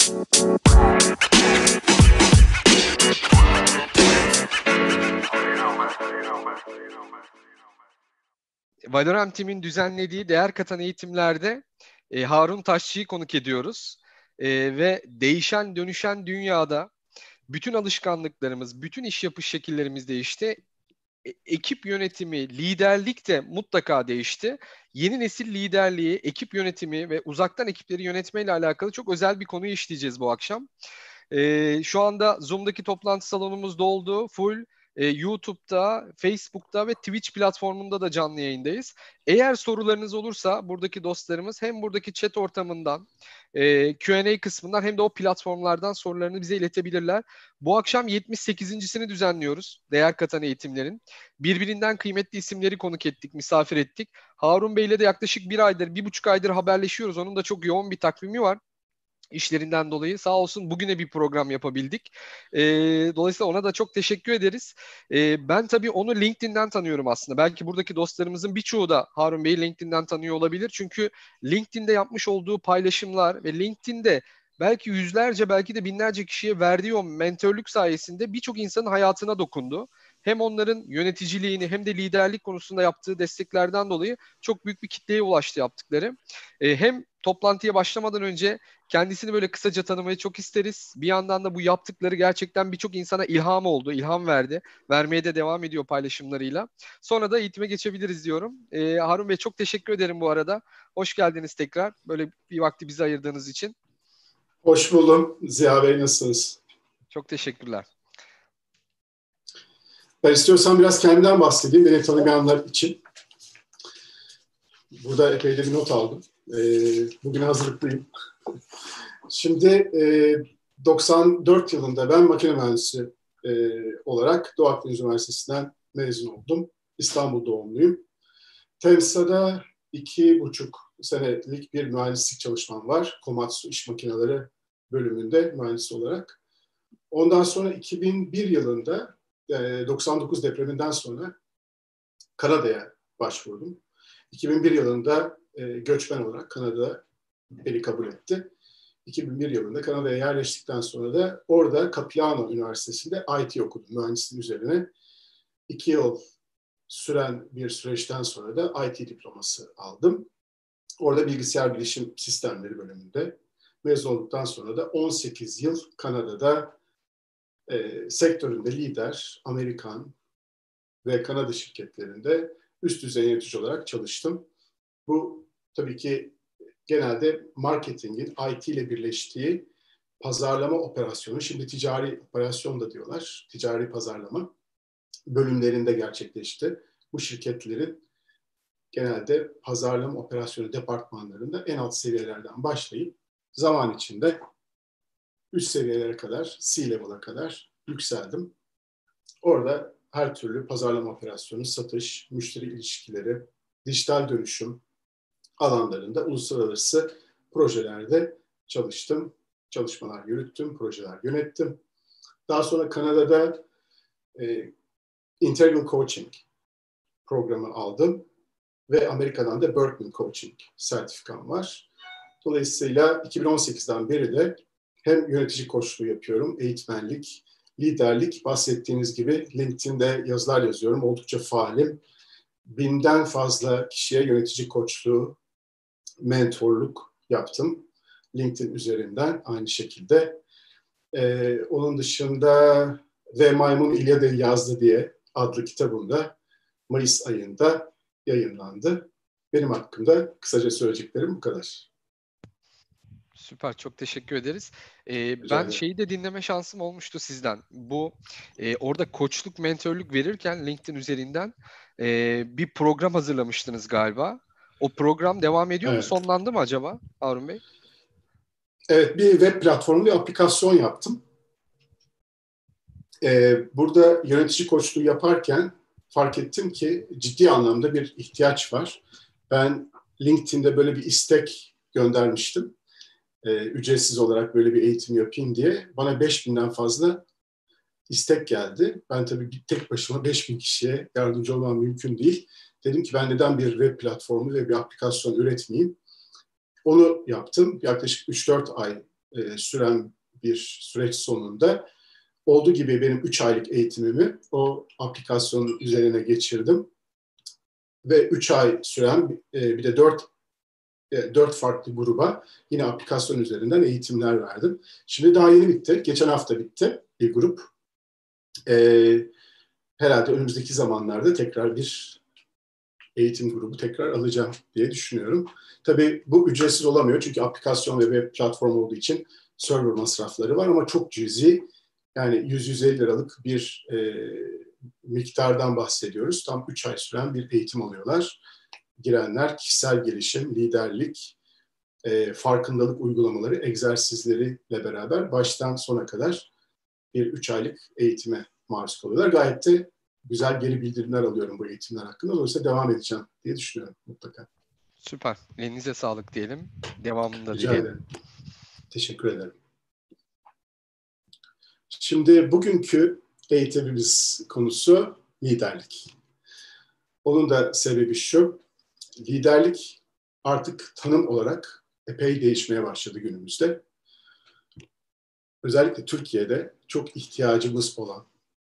Valorem Team'in düzenlediği değer katan eğitimlerde Harun Taşçı'yı konuk ediyoruz. Ve değişen, dönüşen dünyada bütün alışkanlıklarımız, bütün iş yapış şekillerimiz değişti. Ekip yönetimi, liderlik de mutlaka değişti. Yeni nesil liderliği, ekip yönetimi ve uzaktan ekipleri yönetmeyle alakalı çok özel bir konuyu işleyeceğiz bu akşam. Şu anda Zoom'daki toplantı salonumuz doldu, full. YouTube'da, Facebook'ta ve Twitch platformunda da canlı yayındayız. Eğer sorularınız olursa buradaki dostlarımız hem buradaki chat ortamından, Q&A kısmından hem de o platformlardan sorularını bize iletebilirler. Bu akşam 78.sini düzenliyoruz değer katan eğitimlerin. Birbirinden kıymetli isimleri konuk ettik, misafir ettik. Harun Bey'le de yaklaşık 1 aydır, 1,5 aydır haberleşiyoruz. Onun da çok yoğun bir takvimi var işlerinden dolayı. Sağ olsun bugüne bir program yapabildik. Dolayısıyla ona da çok teşekkür ederiz. Ben tabii onu LinkedIn'den tanıyorum aslında. Belki buradaki dostlarımızın birçoğu da Harun Bey'i LinkedIn'den tanıyor olabilir. Çünkü LinkedIn'de yapmış olduğu paylaşımlar ve LinkedIn'de belki yüzlerce belki de binlerce kişiye verdiği o mentörlük sayesinde birçok insanın hayatına dokundu. Hem onların yöneticiliğini hem de liderlik konusunda yaptığı desteklerden dolayı çok büyük bir kitleye ulaştı yaptıkları. Hem toplantıya başlamadan önce kendisini böyle kısaca tanımayı çok isteriz. Bir yandan da bu yaptıkları gerçekten birçok insana ilham oldu, ilham verdi. Vermeye de devam ediyor paylaşımlarıyla. Sonra da eğitime geçebiliriz diyorum. Harun Bey çok teşekkür ederim bu arada. Hoş geldiniz tekrar. Böyle bir vakti bize ayırdığınız için. Hoş buldum. Ziya Bey nasılsınız? Çok teşekkürler. Ben istiyorsan biraz kendimden bahsedeyim. Beni tanımayanlar için. Burada epey de bir not aldım. Bugüne hazırlıklıyım. Şimdi 94 yılında ben makine mühendisi olarak Doğu Akdeniz Üniversitesi'nden mezun oldum. İstanbul doğumluyum. TEMSA'da 2,5 senelik bir mühendislik çalışmam var. Komatsu İş Makineleri bölümünde mühendis olarak. Ondan sonra 2001 yılında 99 depreminden sonra Kanada'ya başvurdum. 2001 yılında göçmen olarak Kanada beni kabul etti. 2001 yılında Kanada'ya yerleştikten sonra da orada Capilano Üniversitesi'nde IT okudum mühendisliğin üzerine. 2 yıl süren bir süreçten sonra da IT diploması aldım. Orada bilgisayar bilişim sistemleri bölümünde mezun olduktan sonra da 18 yıl Kanada'da sektöründe lider, Amerikan ve Kanada şirketlerinde üst düzey yönetici olarak çalıştım. Bu tabii ki genelde marketingin IT ile birleştiği pazarlama operasyonu, şimdi ticari operasyon da diyorlar, ticari pazarlama bölümlerinde gerçekleşti. Bu şirketlerin genelde pazarlama operasyonu departmanlarında en alt seviyelerden başlayıp zaman içinde üst seviyelere kadar, C-level'a kadar yükseldim. Orada her türlü pazarlama operasyonu, satış, müşteri ilişkileri, dijital dönüşüm alanlarında uluslararası projelerde çalıştım. Çalışmalar yürüttüm, projeler yönettim. Daha sonra Kanada'da Integral Coaching programı aldım ve Amerika'dan da Berkman Coaching sertifikam var. Dolayısıyla 2018'den beri de hem yönetici koçluğu yapıyorum, eğitmenlik, liderlik, bahsettiğiniz gibi LinkedIn'de yazılar yazıyorum, oldukça faalim. 1000'den fazla kişiye yönetici koçluğu, mentorluk yaptım. LinkedIn üzerinden aynı şekilde. Onun dışında Ve Maymun İlyada'yı yazdı diye adlı kitabımda Mayıs ayında yayınlandı. Benim hakkımda kısaca söyleyeceklerim bu kadar. Süper, çok teşekkür ederiz. Ben şeyi de dinleme şansım olmuştu sizden. Bu orada koçluk, mentörlük verirken LinkedIn üzerinden bir program hazırlamıştınız galiba. O program devam ediyor mu? Evet. Sonlandı mı acaba Harun Bey? Evet, bir web platformu, bir aplikasyon yaptım. Burada yönetici koçluğu yaparken fark ettim ki ciddi anlamda bir ihtiyaç var. Ben LinkedIn'de böyle bir istek göndermiştim. Ücretsiz olarak böyle bir eğitim yapayım diye. Bana 5000'den fazla istek geldi. Ben tabii tek başıma 5000 kişiye yardımcı olmam mümkün değil. Dedim ki ben neden bir web platformu ve bir aplikasyon üretmeyeyim? Onu yaptım. Yaklaşık 3-4 ay süren bir süreç sonunda olduğu gibi benim 3 aylık eğitimimi o aplikasyonun üzerine geçirdim. Ve 3 ay süren bir de 4 farklı gruba yine aplikasyon üzerinden eğitimler verdim. Şimdi daha yeni bitti. Geçen hafta bitti bir grup. Herhalde önümüzdeki zamanlarda tekrar bir eğitim grubu tekrar alacağım diye düşünüyorum. Tabii bu ücretsiz olamıyor çünkü aplikasyon ve web platform olduğu için server masrafları var ama çok cüzi. Yani 100-150 liralık bir miktardan bahsediyoruz. Tam 3 ay süren bir eğitim alıyorlar. Girenler kişisel gelişim, liderlik, farkındalık uygulamaları, egzersizleriyle beraber baştan sona kadar bir 3 aylık eğitime maruz kalıyorlar. Gayet de güzel geri bildirimler alıyorum bu eğitimler hakkında. Dolayısıyla devam edeceğim diye düşünüyorum mutlaka. Süper. Elinize sağlık diyelim. Devamında Rica dileyelim. ederim. Teşekkür ederim. Şimdi bugünkü eğitimimiz konusu liderlik. Onun da sebebi şu, liderlik artık tanım olarak epey değişmeye başladı günümüzde. Özellikle Türkiye'de çok ihtiyacımız olan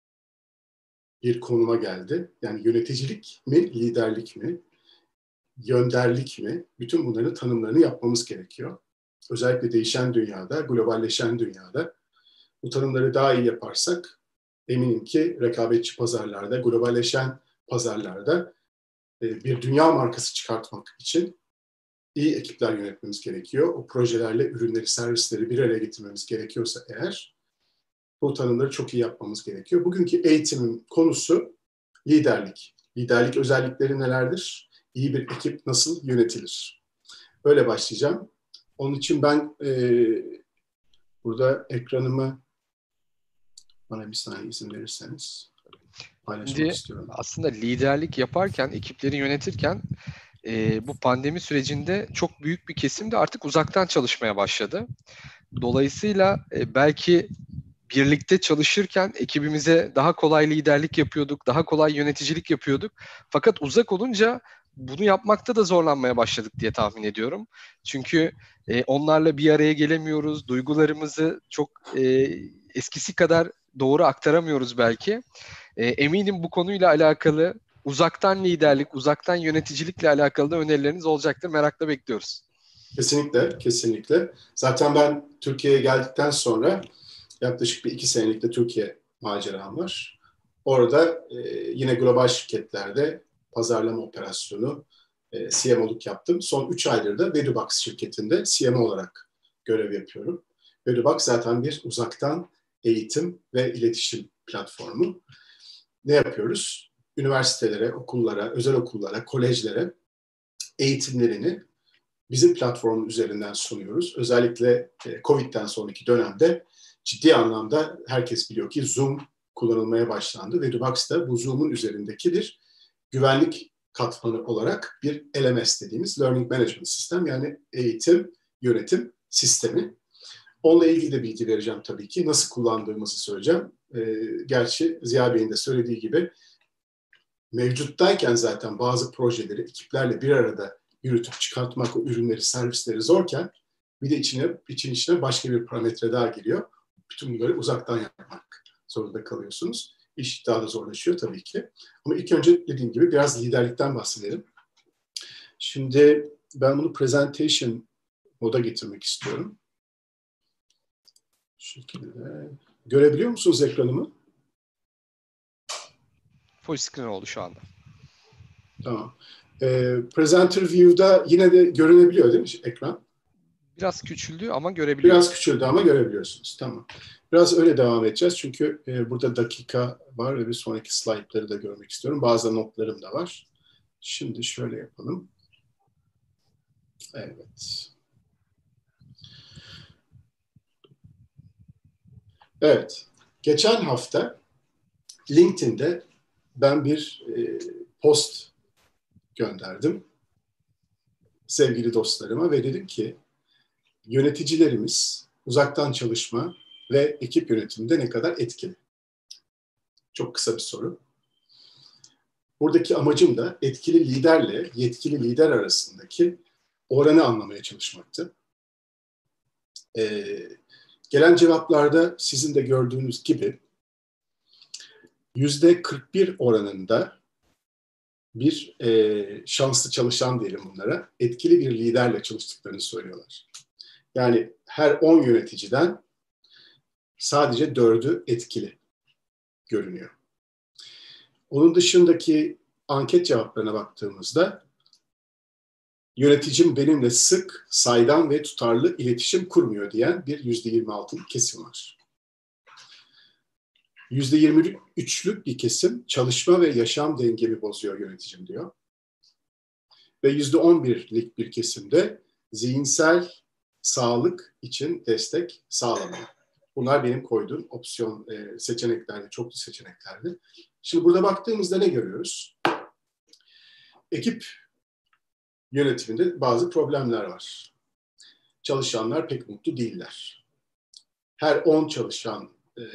bir konuma geldi. Yani yöneticilik mi, liderlik mi, yönderlik mi? Bütün bunların tanımlarını yapmamız gerekiyor. Özellikle değişen dünyada, globalleşen dünyada bu tanımları daha iyi yaparsak eminim ki rekabetçi pazarlarda, globalleşen pazarlarda bir dünya markası çıkartmak için iyi ekipler yönetmemiz gerekiyor. O projelerle ürünleri, servisleri bir araya getirmemiz gerekiyorsa eğer bu tanımları çok iyi yapmamız gerekiyor. Bugünkü eğitimin konusu liderlik. Liderlik özellikleri nelerdir? İyi bir ekip nasıl yönetilir? Böyle başlayacağım. Onun için ben burada ekranımı bana bir saniye izin verirseniz paylaşmak Şimdi istiyorum. aslında liderlik yaparken, ekipleri yönetirken bu pandemi sürecinde çok büyük bir kesim de artık uzaktan çalışmaya başladı. Dolayısıyla belki birlikte çalışırken ekibimize daha kolay liderlik yapıyorduk, daha kolay yöneticilik yapıyorduk. Fakat uzak olunca bunu yapmakta da zorlanmaya başladık diye tahmin ediyorum. Çünkü onlarla bir araya gelemiyoruz, duygularımızı çok eskisi kadar doğru aktaramıyoruz belki. Eminim bu konuyla alakalı uzaktan liderlik, uzaktan yöneticilikle alakalı da önerileriniz olacaktır. Merakla bekliyoruz. Kesinlikle, kesinlikle. Zaten ben Türkiye'ye geldikten sonra yaklaşık bir 2 senelik de Türkiye maceram var. Orada yine global şirketlerde pazarlama operasyonu, CMO'luk yaptım. Son 3 aydır da Vedubox şirketinde CMO olarak görev yapıyorum. Vedubox zaten bir uzaktan eğitim ve iletişim platformu. Ne yapıyoruz? Üniversitelere, okullara, özel okullara, kolejlere eğitimlerini bizim platformun üzerinden sunuyoruz. Özellikle Covid'den sonraki dönemde ciddi anlamda herkes biliyor ki Zoom kullanılmaya başlandı. Ve Dubox da bu Zoom'un üzerindeki bir güvenlik katmanı olarak bir LMS dediğimiz Learning Management System, yani eğitim yönetim sistemi. Onunla ilgili de bilgi vereceğim tabii ki. Nasıl kullandığımızı söyleyeceğim. Gerçi Ziya Bey'in de söylediği gibi mevcuttayken zaten bazı projeleri ekiplerle bir arada yürütüp çıkartmak, o ürünleri, servisleri zorken bir de içine başka bir parametre daha geliyor. Bütün bunları uzaktan yapmak zorunda kalıyorsunuz. İş daha da zorlaşıyor tabii ki. Ama ilk önce dediğim gibi biraz liderlikten bahsedelim. Şimdi ben bunu presentation moda getirmek istiyorum. Şu şekilde. Görebiliyor musunuz ekranımı? Full screen oldu şu anda. Tamam. Presenter View'da yine de görünebiliyor değil mi ekran? Biraz küçüldü ama görebiliyoruz. Biraz küçüldü ama görebiliyorsunuz. Tamam. Biraz öyle devam edeceğiz. Çünkü burada dakika var ve bir sonraki slaytları da görmek istiyorum. Bazı notlarım da var. Şimdi şöyle yapalım. Evet. Evet. Geçen hafta LinkedIn'de ben bir post gönderdim sevgili dostlarıma ve dedim ki yöneticilerimiz uzaktan çalışma ve ekip yönetiminde ne kadar etkili? Çok kısa bir soru. Buradaki amacım da etkili liderle yetkili lider arasındaki oranı anlamaya çalışmaktı. Gelen cevaplarda sizin de gördüğünüz gibi %41 oranında bir şanslı çalışan diyelim bunlara, etkili bir liderle çalıştıklarını söylüyorlar. Yani her 10 yöneticiden sadece 4'ü etkili görünüyor. Onun dışındaki anket cevaplarına baktığımızda yöneticim benimle sık, saydam ve tutarlı iletişim kurmuyor diyen bir %26'lık kesim var. %23'lük bir kesim çalışma ve yaşam dengemi bozuyor yöneticim diyor. Ve %11'lik bir kesimde zihinsel sağlık için destek sağlamıyor. Bunlar benim koyduğum opsiyon seçeneklerde, çoklu seçeneklerde. Şimdi burada baktığımızda ne görüyoruz? Ekip yönetiminde bazı problemler var. Çalışanlar pek mutlu değiller. Her 10 çalışandan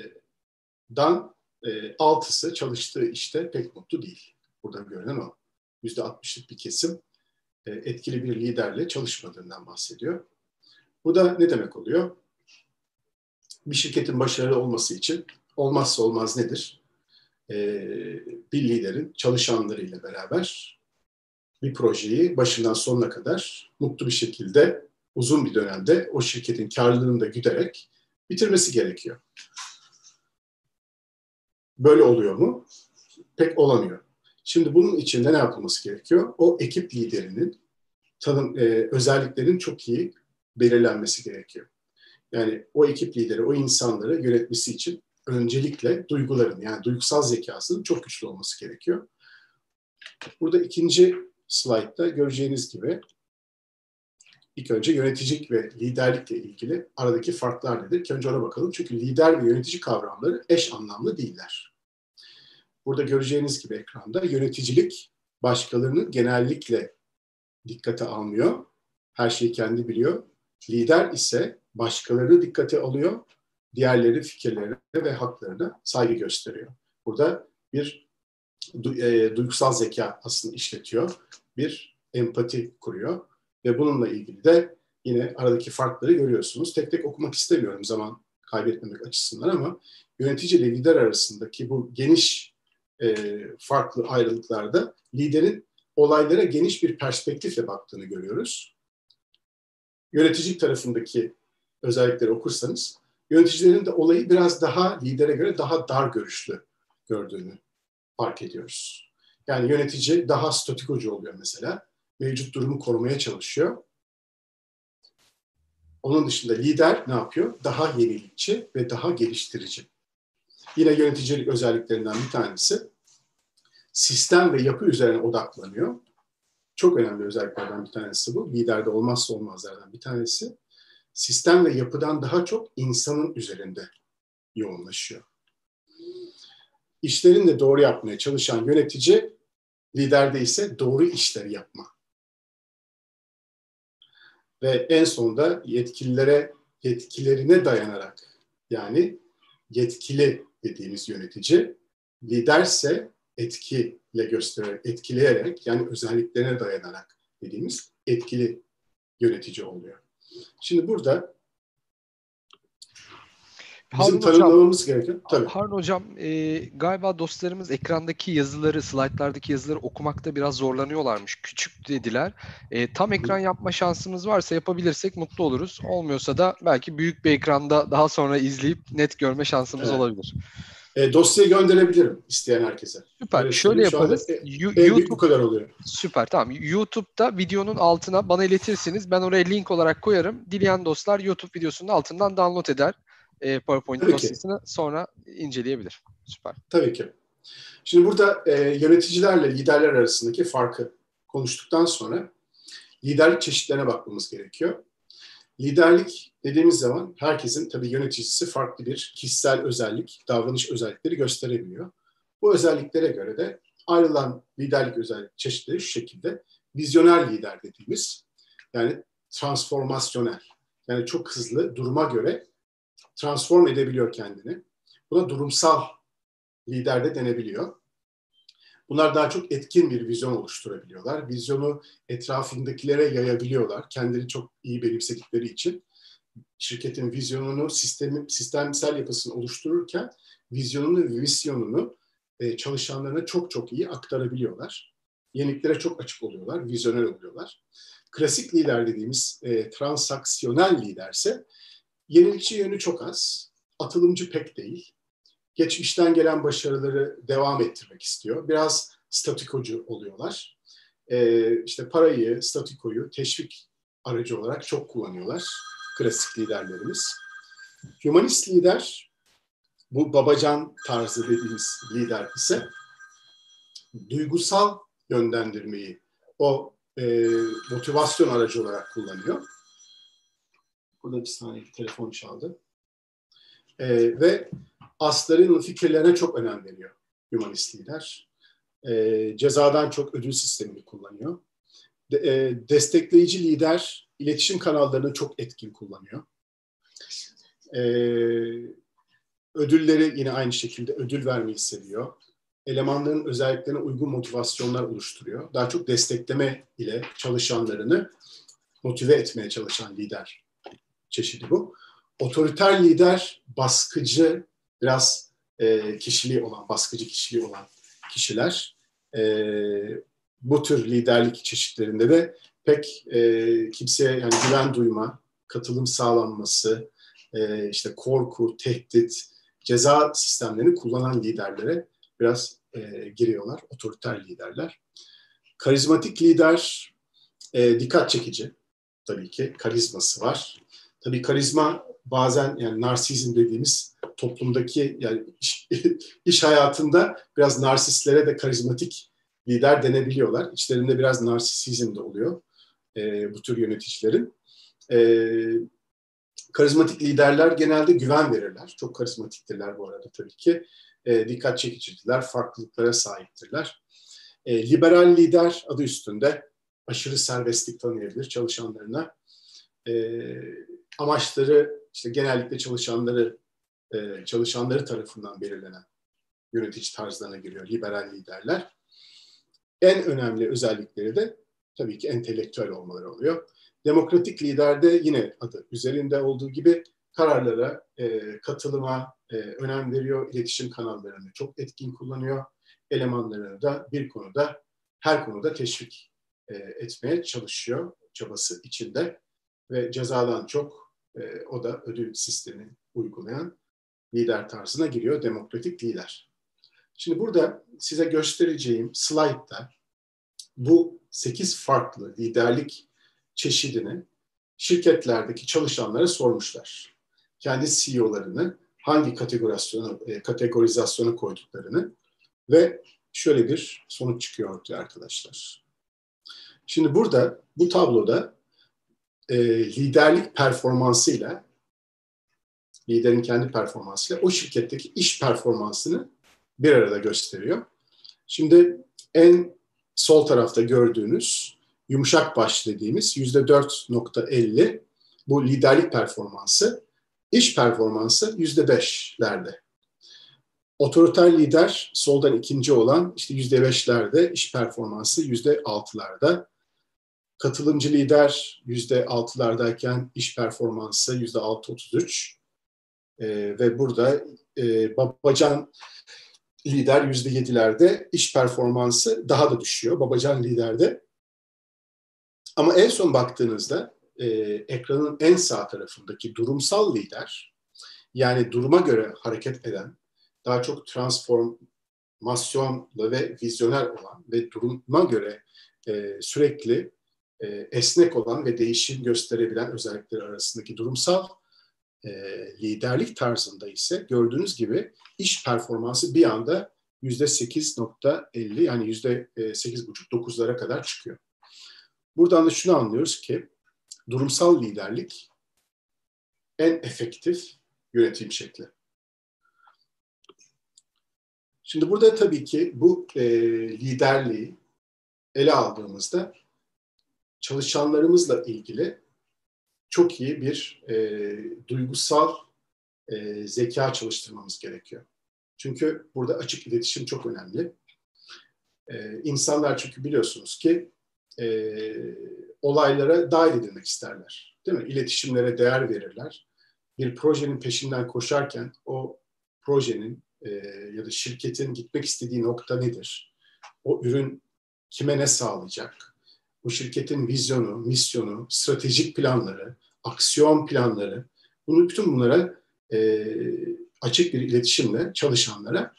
6'sı çalıştığı işte pek mutlu değil. Burada görünen o. %60'lık bir kesim etkili bir liderle çalışmadığından bahsediyor. Bu da ne demek oluyor? Bir şirketin başarılı olması için olmazsa olmaz nedir? Bir liderin çalışanlarıyla beraber bir projeyi başından sonuna kadar mutlu bir şekilde uzun bir dönemde o şirketin karlılığını da güderek bitirmesi gerekiyor. Böyle oluyor mu? Pek olamıyor. Şimdi bunun için de ne yapılması gerekiyor? O ekip liderinin özelliklerinin çok iyi belirlenmesi gerekiyor. Yani o ekip lideri, o insanları yönetmesi için öncelikle duyguların, yani duygusal zekasının çok güçlü olması gerekiyor. Burada ikinci slaytta göreceğiniz gibi ilk önce yöneticilik ve liderlikle ilgili aradaki farklar nedir? İlk önce ona bakalım. Çünkü lider ve yönetici kavramları eş anlamlı değiller. Burada göreceğiniz gibi ekranda yöneticilik başkalarını genellikle dikkate almıyor. Her şeyi kendi biliyor. Lider ise başkalarını dikkate alıyor. Diğerleri fikirlerine ve haklarına saygı gösteriyor. Burada bir duygusal zeka aslında işletiyor. Bir empati kuruyor. Ve bununla ilgili de yine aradaki farkları görüyorsunuz. Tek tek okumak istemiyorum zaman kaybetmemek açısından ama yönetici ile lider arasındaki bu geniş farklı ayrılıklarda liderin olaylara geniş bir perspektifle baktığını görüyoruz. Yöneticilik tarafındaki özellikleri okursanız yöneticilerin de olayı biraz daha lidere göre daha dar görüşlü gördüğünü fark ediyoruz. Yani yönetici daha statikocu oluyor mesela. Mevcut durumu korumaya çalışıyor. Onun dışında lider ne yapıyor? Daha yenilikçi ve daha geliştirici. Yine yöneticilik özelliklerinden bir tanesi sistem ve yapı üzerine odaklanıyor. Çok önemli özelliklerden bir tanesi bu. Liderde olmazsa olmazlardan bir tanesi. Sistem ve yapıdan daha çok insanın üzerinde yoğunlaşıyor. İşlerini de doğru yapmaya çalışan yönetici, liderde ise doğru işleri yapma. Ve en sonunda yetkilerine dayanarak, yani yetkili dediğimiz yönetici, liderse etkileyerek, yani özelliklerine dayanarak dediğimiz etkili yönetici oluyor. Şimdi burada bizim tanımlamamız gereken... Tabii. Harun Hocam, galiba dostlarımız ekrandaki yazıları, slaytlardaki yazıları okumakta biraz zorlanıyorlarmış. Küçük dediler. Tam ekran yapma şansımız varsa yapabilirsek mutlu oluruz. Olmuyorsa da belki büyük bir ekranda daha sonra izleyip net görme şansımız olabilir. Dosyayı gönderebilirim isteyen herkese. Süper. Öyle Şöyle yaparız. En büyük bu kadar oluyor. Süper. Tamam. YouTube'da videonun altına bana iletirsiniz. Ben oraya link olarak koyarım. Dileyen dostlar YouTube videosunun altından download eder. PowerPoint Tabii dosyasını sonra inceleyebilir. Süper. Tabii ki. Şimdi burada yöneticilerle liderler arasındaki farkı konuştuktan sonra liderlik çeşitlerine bakmamız gerekiyor. Liderlik dediğimiz zaman herkesin tabii yöneticisi farklı bir kişisel özellik, davranış özellikleri gösterebiliyor. Bu özelliklere göre de ayrılan liderlik özellik çeşitleri şu şekilde. Vizyoner lider dediğimiz, yani transformasyonel, yani çok hızlı duruma göre transform edebiliyor kendini. Buna durumsal lider de denebiliyor. Bunlar daha çok etkin bir vizyon oluşturabiliyorlar. Vizyonu etrafındakilere yayabiliyorlar. Kendileri çok iyi benimsedikleri için. şirketin vizyonunu, sistemsel yapısını oluştururken vizyonunu ve misyonunu çalışanlarına çok çok iyi aktarabiliyorlar. Yeniliklere çok açık oluyorlar, vizyoner oluyorlar. Klasik lider dediğimiz transaksiyonel liderse yenilikçi yönü çok az, atılımcı pek değil. Geçmişten gelen başarıları devam ettirmek istiyor. Biraz statikocu oluyorlar. İşte parayı, statikoyu teşvik aracı olarak çok kullanıyorlar klasik liderlerimiz. Humanist lider, bu babacan tarzı dediğimiz lider ise duygusal yönlendirmeyi o motivasyon aracı olarak kullanıyor. Burada bir saniye bir telefon çaldı. Ve aslarının fikirlerine çok önem veriyor humanist lider. Cezadan çok ödül sistemini kullanıyor. Destekleyici lider iletişim kanallarını çok etkin kullanıyor. Ödülleri yine aynı şekilde ödül vermeyi seviyor. Elemanların özelliklerine uygun motivasyonlar oluşturuyor. Daha çok destekleme ile çalışanlarını motive etmeye çalışan lider çeşidi bu. Otoriter lider, baskıcı, biraz kişiliği olan, baskıcı kişiliği olan kişiler. Bu tür liderlik çeşitlerinde de pek kimseye yani güven duyma, katılım sağlanması, işte korku, tehdit, ceza sistemlerini kullanan liderlere biraz giriyorlar, otoriter liderler. Karizmatik lider, dikkat çekici tabii ki, karizması var. Tabii karizma bazen yani narsizm dediğimiz toplumdaki yani iş hayatında biraz narsistlere de karizmatik lider denebiliyorlar. İçlerinde biraz narsisizm de oluyor bu tür yöneticilerin. Karizmatik liderler genelde güven verirler. Çok karizmatiktirler bu arada tabii ki. Dikkat çekicidirler, farklılıklara sahiptirler. Liberal lider adı üstünde aşırı serbestlik tanıyabilir çalışanlarına. Amaçları işte genellikle çalışanları tarafından belirlenen yönetici tarzlarına giriyor liberal liderler. En önemli özellikleri de tabii ki entelektüel olmaları oluyor. Demokratik liderde yine adı üzerinde olduğu gibi kararlara, katılıma önem veriyor. İletişim kanallarını çok etkin kullanıyor. Elemanlarını da her konuda teşvik etmeye çalışıyor çabası içinde. Ve cezadan çok o da ödül sistemi uygulayan lider tarzına giriyor demokratik lider. Şimdi burada size göstereceğim slaytta bu 8 farklı liderlik çeşidini şirketlerdeki çalışanlara sormuşlar. Kendi CEO'larını hangi kategorizasyona koyduklarını ve şöyle bir sonuç çıkıyor ortaya arkadaşlar. Şimdi burada bu tabloda liderlik performansıyla, liderin kendi performansıyla o şirketteki iş performansını bir arada gösteriyor. Şimdi en sol tarafta gördüğünüz yumuşak baş dediğimiz %4.50 bu liderlik performansı, iş performansı %5'lerde. Otoriter lider soldan ikinci olan işte %5'lerde, iş performansı %6'larda. Katılımcı lider %6'lardayken iş performansı %6.33 ve burada babacan lider %7'lerde, iş performansı daha da düşüyor babacan liderde. Ama en son baktığınızda ekranın en sağ tarafındaki durumsal lider, yani duruma göre hareket eden, daha çok transformasyonlu ve vizyoner olan ve duruma göre sürekli esnek olan ve değişim gösterebilen özellikleri arasındaki durumsal liderlik tarzında ise gördüğünüz gibi iş performansı bir anda %8.50 yani %8,5-9'lara kadar çıkıyor. Buradan da şunu anlıyoruz ki durumsal liderlik en efektif yönetim şekli. Şimdi burada tabii ki bu liderliği ele aldığımızda çalışanlarımızla ilgili çok iyi bir duygusal zeka çalıştırmamız gerekiyor. Çünkü burada açık iletişim çok önemli. İnsanlar çünkü biliyorsunuz ki olaylara dahil edilmek isterler. değil mi? İletişimlere değer verirler. Bir projenin peşinden koşarken o projenin ya da şirketin gitmek istediği nokta nedir? O ürün kime ne sağlayacak? Bu şirketin vizyonu, misyonu, stratejik planları, aksiyon planları, bütün bunlara açık bir iletişimle çalışanlara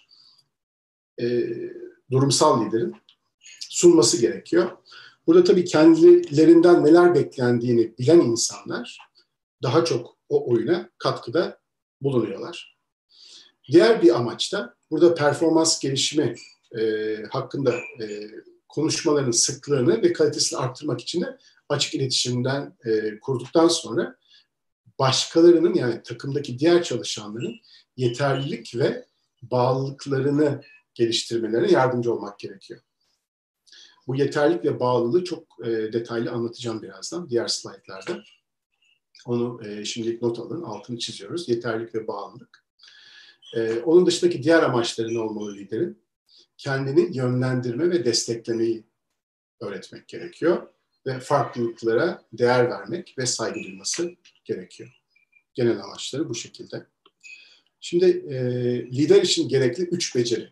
durumsal liderin sunması gerekiyor. Burada tabii kendilerinden neler beklendiğini bilen insanlar daha çok o oyuna katkıda bulunuyorlar. Diğer bir amaç da burada performans gelişimi hakkında konuşmaların sıklığını ve kalitesini arttırmak için de açık iletişimden kurduktan sonra başkalarının, yani takımdaki diğer çalışanların yeterlilik ve bağlılıklarını geliştirmelerine yardımcı olmak gerekiyor. Bu yeterlilik ve bağlılığı çok detaylı anlatacağım birazdan diğer slaytlarda. Onu şimdilik not alın, altını çiziyoruz. Yeterlilik ve bağlılık. Onun dışındaki diğer amaçları ne olmalı liderin? Kendini yönlendirme ve desteklemeyi öğretmek gerekiyor. Ve farklılıklara değer vermek ve saygı duyması gerekiyor. Genel amaçları bu şekilde. Şimdi lider için gerekli 3 beceri.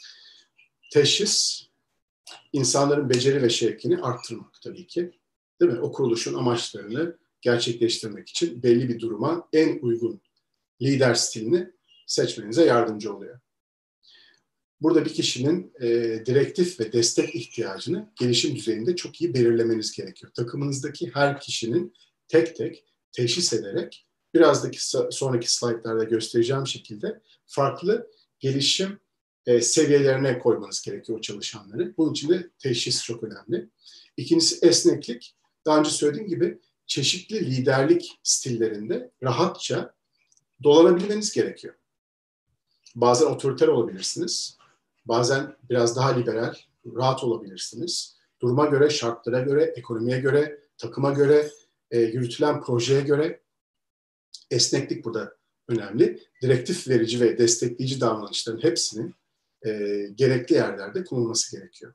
Teşhis, insanların beceri ve şevkini arttırmak tabii ki. Değil mi? O kuruluşun amaçlarını gerçekleştirmek için belli bir duruma en uygun lider stilini seçmenize yardımcı oluyor. Burada bir kişinin direktif ve destek ihtiyacını gelişim düzeyinde çok iyi belirlemeniz gerekiyor. Takımınızdaki her kişinin tek tek teşhis ederek sonraki slaytlarda göstereceğim şekilde farklı gelişim seviyelerine koymanız gerekiyor o çalışanları. Bunun için de teşhis çok önemli. İkincisi esneklik. Daha önce söylediğim gibi çeşitli liderlik stillerinde rahatça dolanabilmeniz gerekiyor. Bazen otoriter olabilirsiniz. Bazen biraz daha liberal, rahat olabilirsiniz. Duruma göre, şartlara göre, ekonomiye göre, takıma göre, yürütülen projeye göre esneklik burada önemli. Direktif verici ve destekleyici davranışların hepsinin gerekli yerlerde kullanılması gerekiyor.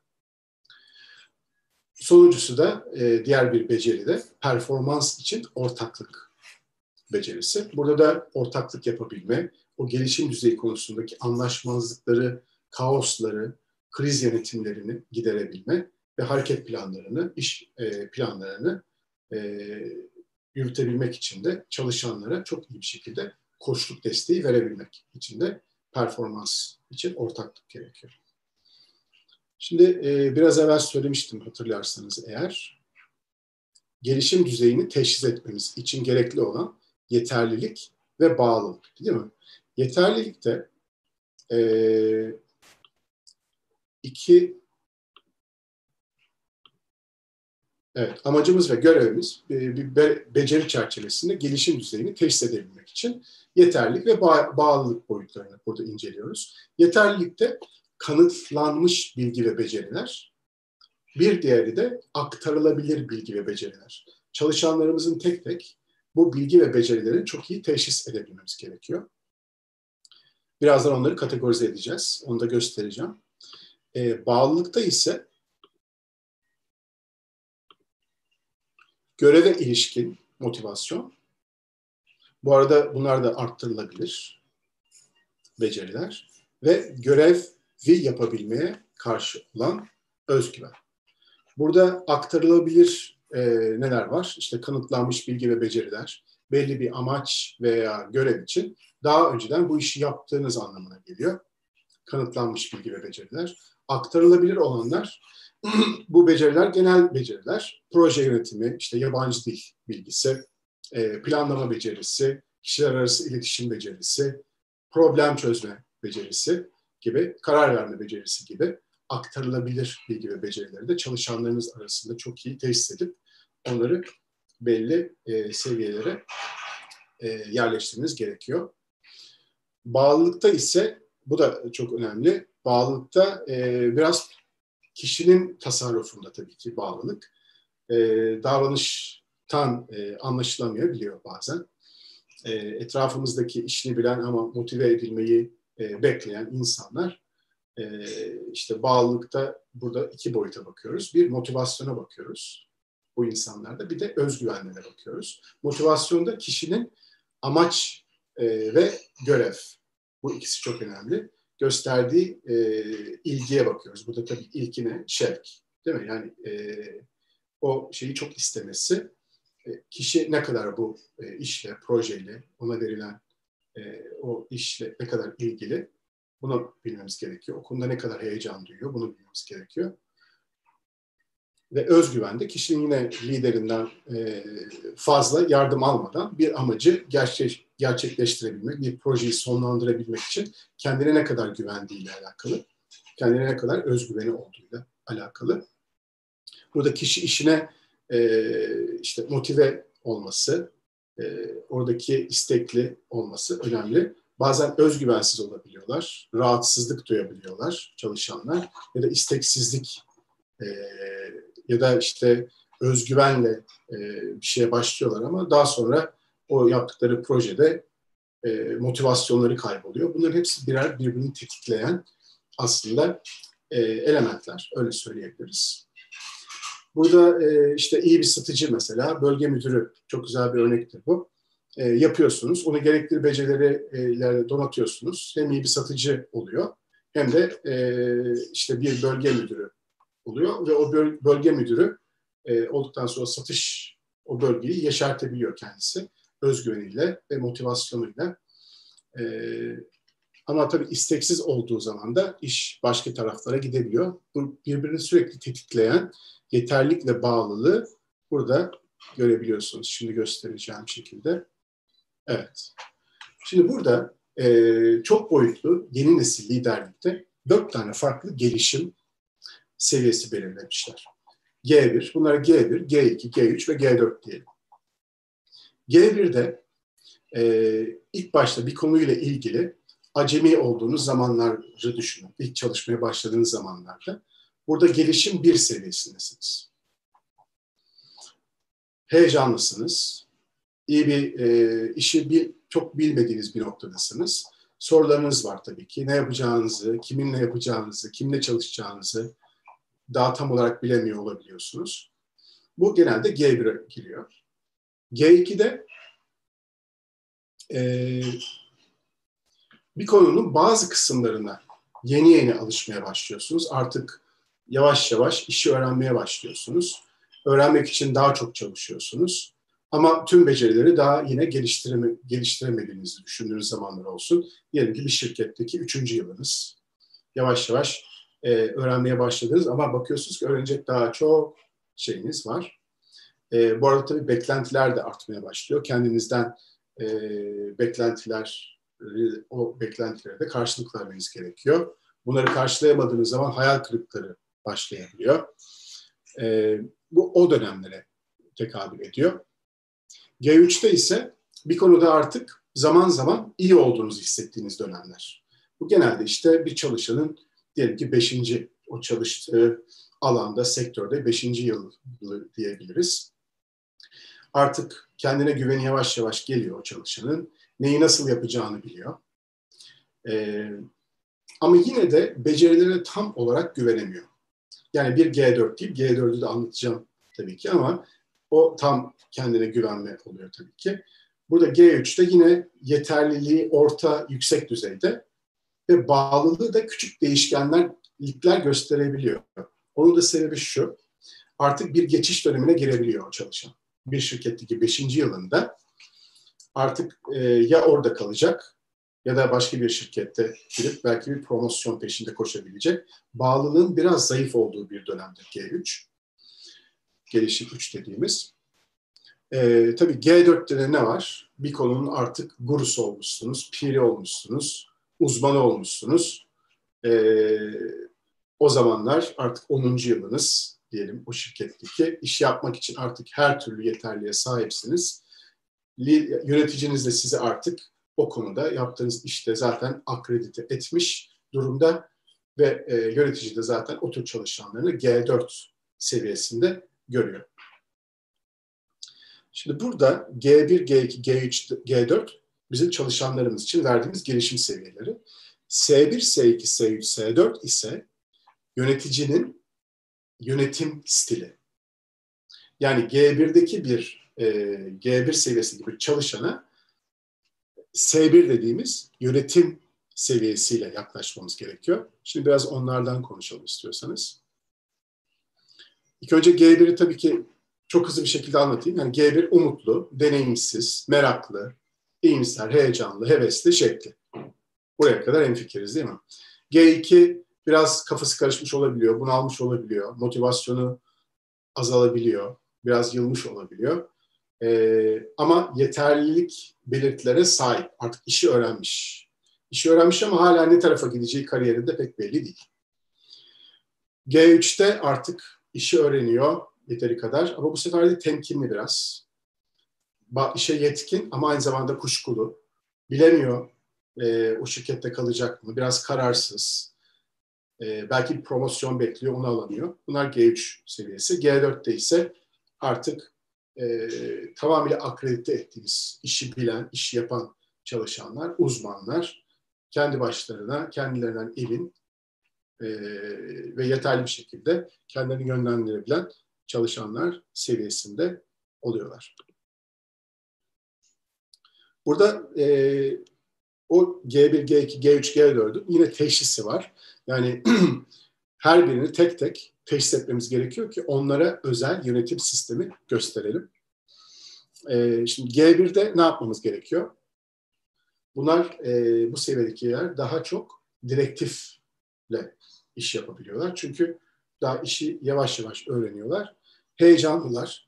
Sonuncusu da diğer bir beceri de performans için ortaklık becerisi. Burada da ortaklık yapabilme, o gelişim düzeyi konusundaki anlaşmazlıkları, kaosları, kriz yönetimlerini giderebilme ve hareket planlarını, iş planlarını yürütebilmek için de çalışanlara çok iyi bir şekilde koçluk desteği verebilmek için de performans için ortaklık gerekiyor. Şimdi biraz evvel söylemiştim hatırlarsanız eğer, gelişim düzeyini teşhis etmemiz için gerekli olan yeterlilik ve bağlılık, değil mi? Yeterlilikte amacımız ve görevimiz bir beceri çerçevesinde gelişim düzeyini teşhis edebilmek için yeterlilik ve bağlılık boyutlarını burada inceliyoruz. Yeterlilikte kanıtlanmış bilgi ve beceriler, bir diğeri de aktarılabilir bilgi ve beceriler. Çalışanlarımızın tek tek bu bilgi ve becerileri çok iyi teşhis edebilmemiz gerekiyor. Birazdan onları kategorize edeceğiz. Onu da göstereceğim. Bağlılıkta ise göreve ilişkin motivasyon. Bu arada bunlar da arttırılabilir beceriler. Ve görevi yapabilmeye karşı olan özgüven. Burada aktarılabilir neler var? İşte kanıtlanmış bilgi ve beceriler, belli bir amaç veya görev için daha önceden bu işi yaptığınız anlamına geliyor. Kanıtlanmış bilgi ve beceriler. Aktarılabilir olanlar, bu beceriler genel beceriler. Proje yönetimi, işte yabancı dil bilgisi, planlama becerisi, kişiler arası iletişim becerisi, problem çözme becerisi gibi, karar verme becerisi gibi aktarılabilir bilgi ve becerileri de çalışanlarınız arasında çok iyi tesis edip onları belli seviyelere yerleştirmeniz gerekiyor. Bağlılıkta ise, bu da çok önemli, bağlılıkta biraz kişinin tasarrufunda tabii ki bağlılık. Davranıştan anlaşılamayabiliyor bazen. Etrafımızdaki işini bilen ama motive edilmeyi bekleyen insanlar, işte bağlılıkta burada iki boyuta bakıyoruz. Bir, motivasyona bakıyoruz. bu insanlarda. Bir de özgüvenlere bakıyoruz. Motivasyonda kişinin amaç ve görev. Bu ikisi çok önemli. Gösterdiği ilgiye bakıyoruz. Burada tabii ilki ne? Şevk. Değil mi? Yani o şeyi çok istemesi. Kişi ne kadar bu işle, projeyle, ona verilen o işle ne kadar ilgili, bunu bilmemiz gerekiyor. O konuda ne kadar heyecan duyuyor, bunu bilmemiz gerekiyor. Ve özgüven de kişinin yine liderinden fazla yardım almadan bir amacı gerçekleştirebilmek, bir projeyi sonlandırabilmek için kendine ne kadar güvendiğiyle alakalı, kendine ne kadar özgüveni olduğuyla alakalı. Burada kişi işine işte motive olması, oradaki istekli olması önemli. Bazen özgüvensiz olabiliyorlar, rahatsızlık duyabiliyorlar çalışanlar ya da isteksizlik ya da işte özgüvenle bir şeye başlıyorlar ama daha sonra o yaptıkları projede motivasyonları kayboluyor. Bunların hepsi birer birbirini tetikleyen aslında elementler, öyle söyleyebiliriz. Burada işte iyi bir satıcı mesela, bölge müdürü çok güzel bir örnektir bu. Yapıyorsunuz, onu gerekli becerilerle donatıyorsunuz. Hem iyi bir satıcı oluyor hem de işte bir bölge müdürü oluyor ve o bölge müdürü olduktan sonra satış o bölgeyi yeşertebiliyor kendisi özgüveniyle ve motivasyonuyla. Ama tabii isteksiz olduğu zaman da iş başka taraflara gidebiliyor. Bu birbirini sürekli tetikleyen yeterlilikle bağlılığı burada görebiliyorsunuz. Şimdi göstereceğim şekilde. Evet. Şimdi burada çok boyutlu yeni nesil liderlikte 4 tane farklı gelişim seviyesi belirlemişler. G1, bunlara G1, G2, G3 ve G4 diyelim. G1'de ilk başta bir konuyla ilgili acemi olduğunuz zamanları düşünün. İlk çalışmaya başladığınız zamanlarda. Burada gelişim 1 seviyesindesiniz. Heyecanlısınız. İyi bir işi çok bilmediğiniz bir noktadasınız. Sorularınız var tabii ki. Ne yapacağınızı, kiminle yapacağınızı, kimle çalışacağınızı daha tam olarak bilemiyor olabiliyorsunuz. Bu genelde G1'e giriyor. G2'de bir konunun bazı kısımlarına yeni alışmaya başlıyorsunuz. Artık yavaş yavaş işi öğrenmeye başlıyorsunuz. Öğrenmek için daha çok çalışıyorsunuz. Ama tüm becerileri daha yine geliştiremediğinizi düşündüğünüz zamanlar olsun. Diyelim ki bir şirketteki 3. yılınız. Yavaş yavaş öğrenmeye başladınız ama bakıyorsunuz ki öğrenecek daha çok şeyiniz var. Bu arada tabii beklentiler de artmaya başlıyor. Kendinizden o beklentilere de karşılık vermeniz gerekiyor. Bunları karşılayamadığınız zaman hayal kırıklıkları başlayabiliyor. Bu o dönemlere tekabül ediyor. G3'te ise bir konuda artık zaman zaman iyi olduğunuzu hissettiğiniz dönemler. Bu genelde işte bir çalışanın diyelim ki 5. o çalıştığı alanda, sektörde 5. yılı diyebiliriz. Artık kendine güveni yavaş yavaş geliyor o çalışanın. Neyi nasıl yapacağını biliyor. Ama yine de becerilerine tam olarak güvenemiyor. Yani bir G4 değil, G4'ü de anlatacağım tabii ki ama o tam kendine güvenme oluyor tabii ki. Burada G3'te yine yeterliliği orta, yüksek düzeyde ve bağlılığı da küçük değişkenlikler gösterebiliyor. Onun da sebebi şu, artık bir geçiş dönemine girebiliyor o çalışan. Bir şirketteki 5. yılında artık ya orada kalacak ya da başka bir şirkette girip belki bir promosyon peşinde koşabilecek. Bağlılığın biraz zayıf olduğu bir dönemdir G3. Gelişim 3 dediğimiz. Tabii G4'te de ne var? Bir konunun artık gurusu olmuşsunuz, piri olmuşsunuz, uzmanı olmuşsunuz. O zamanlar artık 10. yılınız diyelim o şirketteki. İş yapmak için artık her türlü yeterliğe sahipsiniz. Yöneticiniz de sizi artık o konuda yaptığınız işte zaten akredite etmiş durumda ve yönetici de zaten o tür çalışanlarını G4 seviyesinde görüyor. Şimdi burada G1, G2, G3, G4 bizim çalışanlarımız için verdiğimiz gelişim seviyeleri. S1, S2, S3, S4 ise yöneticinin yönetim stili. Yani G1'deki bir G1 seviyesindeki bir çalışana S1 dediğimiz yönetim seviyesiyle yaklaşmamız gerekiyor. Şimdi biraz onlardan konuşalım istiyorsanız. İlk önce G1'i tabii ki çok hızlı bir şekilde anlatayım. Yani G1 umutlu, deneyimsiz, meraklı, iyimser, heyecanlı, hevesli şekli. Buraya kadar hemfikiriz değil mi? G2 biraz kafası karışmış olabiliyor, bunalmış olabiliyor, motivasyonu azalabiliyor, biraz yılmış olabiliyor. Ama yeterlilik belirtilere sahip. Artık işi öğrenmiş. İşi öğrenmiş ama hala ne tarafa gideceği kariyerinde pek belli değil. G3'te artık işi öğreniyor yeteri kadar ama bu sefer de temkinli biraz. İşe yetkin ama aynı zamanda kuşkulu. Bilemiyor o şirkette kalacak mı? Biraz kararsız. Belki bir promosyon bekliyor, onu alamıyor. Bunlar G3 seviyesi. G4'te ise artık tamamıyla akredite ettiğimiz, işi bilen, işi yapan çalışanlar, uzmanlar, kendi başlarına, kendilerinden emin ve yeterli bir şekilde kendilerini yönlendirebilen çalışanlar seviyesinde oluyorlar. Burada o G1, G2, G3, G4'ün yine teşhisi var. Yani her birini tek tek teşhis etmemiz gerekiyor ki onlara özel yönetim sistemi gösterelim. Şimdi G1'de ne yapmamız gerekiyor? Bunlar bu seviyedekiler daha çok direktifle iş yapabiliyorlar. Çünkü daha işi yavaş yavaş öğreniyorlar. Heyecanlılar.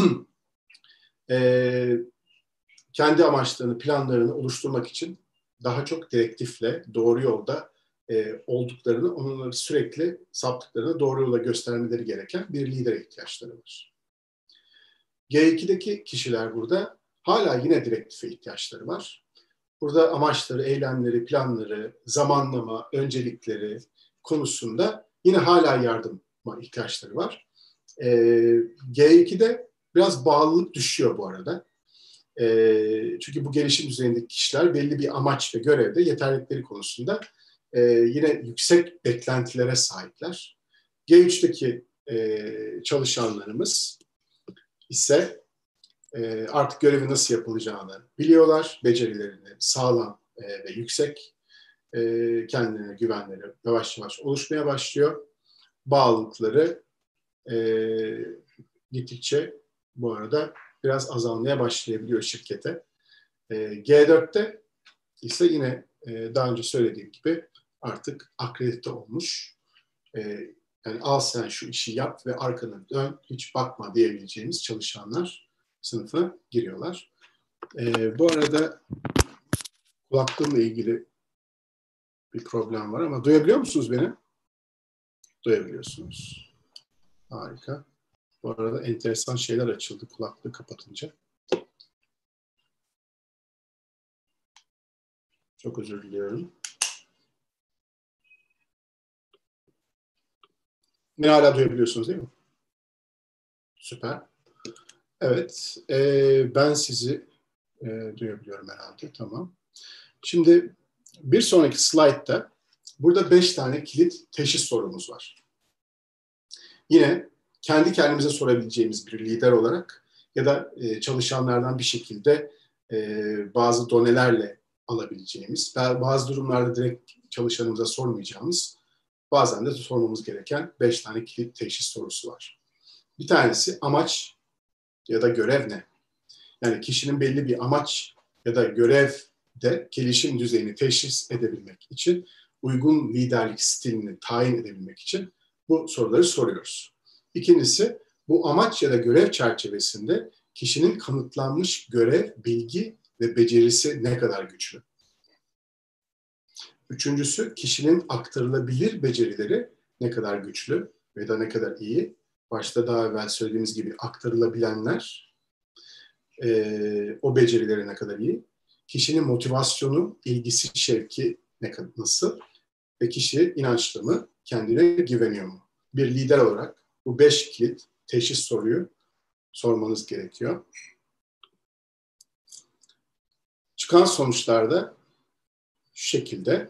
Kendi amaçlarını, planlarını oluşturmak için daha çok direktifle, doğru yolda olduklarını, onları sürekli saptıklarını doğru yola göstermeleri gereken bir lidere ihtiyaçları var. G2'deki kişiler burada hala yine direktife ihtiyaçları var. Burada amaçları, eylemleri, planları, zamanlama, öncelikleri konusunda yine hala yardıma ihtiyaçları var. G2'de biraz bağlılık düşüyor bu arada. Çünkü bu gelişim düzeyindeki kişiler belli bir amaç ve görevde yeterlilikleri konusunda yine yüksek beklentilere sahipler. G3'teki çalışanlarımız ise artık görevi nasıl yapılacağını biliyorlar, becerilerini sağlam ve yüksek, kendilerine güvenleri yavaş yavaş oluşmaya başlıyor. Bağlılıkları gittikçe bu arada biraz azalmaya başlayabiliyor şirkete. G4'te ise yine daha önce söylediğim gibi artık akredite olmuş. Yani al sen şu işi yap ve arkana dön, hiç bakma diyebileceğimiz çalışanlar sınıfa giriyorlar. Bu arada kulaklığımla ilgili bir problem var ama duyabiliyor musunuz beni? Duyabiliyorsunuz. Harika. Bu arada enteresan şeyler açıldı kulaklığı kapatınca. Çok özür diliyorum. Beni hala duyabiliyorsunuz değil mi? Süper. Evet. Ben sizi duyabiliyorum herhalde. Tamam. Şimdi bir sonraki slaytta burada 5 tane kilit teşhis sorumuz var. Yine kendi kendimize sorabileceğimiz bir lider olarak ya da çalışanlardan bir şekilde bazı donelerle alabileceğimiz, bazı durumlarda direkt çalışanımıza sormayacağımız, bazen de sormamız gereken 5 tane kilit teşhis sorusu var. Bir tanesi amaç ya da görev ne? Yani kişinin belli bir amaç ya da görevde gelişim düzeyini teşhis edebilmek için, uygun liderlik stilini tayin edebilmek için bu soruları soruyoruz. İkincisi, bu amaç ya da görev çerçevesinde kişinin kanıtlanmış görev, bilgi ve becerisi ne kadar güçlü? Üçüncüsü, kişinin aktarılabilir becerileri ne kadar güçlü ya da ne kadar iyi? Başta daha evvel söylediğimiz gibi aktarılabilenler, o becerileri ne kadar iyi? Kişinin motivasyonu, ilgisi, şevki nasıl? Ve kişi inançlı mı? Kendine güveniyor mu? Bir lider olarak bu 5 kilit teşhis soruyu sormanız gerekiyor. Çıkan sonuçlarda şu şekilde.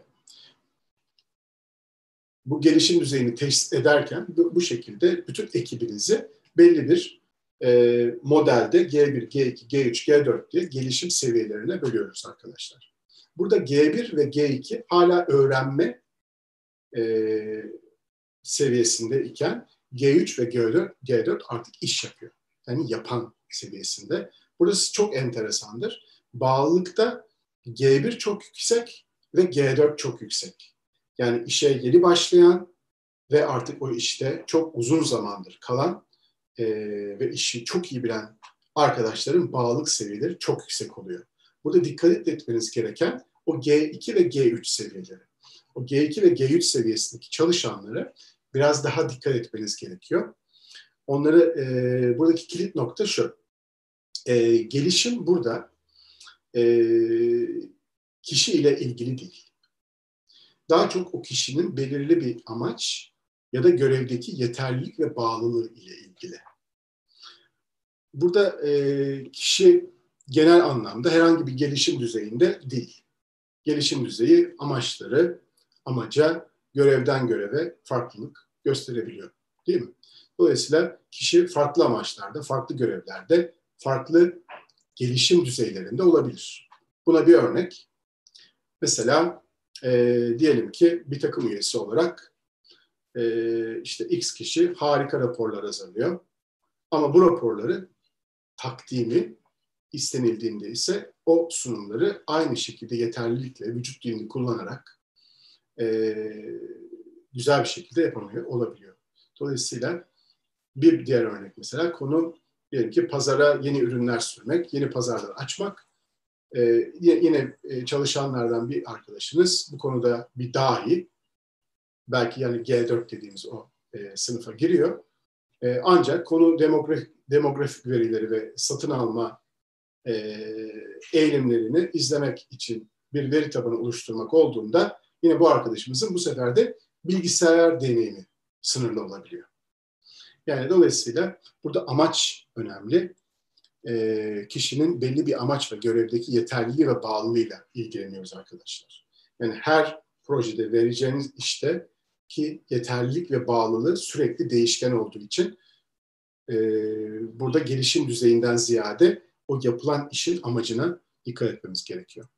Bu gelişim düzeyini teşhis ederken bu şekilde bütün ekibinizi belli bir modelde G1, G2, G3, G4 diye gelişim seviyelerine bölüyoruz arkadaşlar. Burada G1 ve G2 hala öğrenme seviyesinde iken G3 ve G4 artık iş yapıyor. Yani yapan seviyesinde. Burası çok enteresandır. Bağlılıkta G1 çok yüksek ve G4 çok yüksek. Yani işe yeni başlayan ve artık o işte çok uzun zamandır kalan ve işi çok iyi bilen arkadaşların bağlılık seviyeleri çok yüksek oluyor. Burada dikkat etmeniz gereken o G2 ve G3 seviyeleri. O G2 ve G3 seviyesindeki çalışanlara biraz daha dikkat etmeniz gerekiyor. Onları buradaki kilit nokta şu. Gelişim burada kişi ile ilgili değil. Daha çok o kişinin belirli bir amaç ya da görevdeki yeterlilik ve bağlılığı ile ilgili. Burada kişi genel anlamda herhangi bir gelişim düzeyinde değil. Gelişim düzeyi amaçları, amaca, görevden göreve farklılık gösterebiliyor. Değil mi? Dolayısıyla kişi farklı amaçlarda, farklı görevlerde, farklı gelişim düzeylerinde olabilir. Buna bir örnek. Mesela diyelim ki bir takım üyesi olarak işte X kişi harika raporlar hazırlıyor. Ama bu raporları takdimi istenildiğinde ise o sunumları aynı şekilde yeterlilikle, vücut dilini kullanarak güzel bir şekilde yapamıyor, olabiliyor. Dolayısıyla bir diğer örnek mesela konu diyelim ki pazara yeni ürünler sürmek, yeni pazarlar açmak. Yine çalışanlardan bir arkadaşınız bu konuda bir dahi, belki yani G4 dediğimiz o sınıfa giriyor. Ancak konu demografik verileri ve satın alma eğilimlerini izlemek için bir veri tabanı oluşturmak olduğunda yine bu arkadaşımızın bu sefer de bilgisayar deneyimi sınırlı olabiliyor. Yani dolayısıyla burada amaç önemli. Kişinin belli bir amaç ve görevdeki yeterliliği ve bağlılığıyla ilgileniyoruz arkadaşlar. Yani her projede vereceğiniz işte ki yeterlilik ve bağlılığı sürekli değişken olduğu için burada gelişim düzeyinden ziyade o yapılan işin amacına dikkat etmemiz gerekiyor.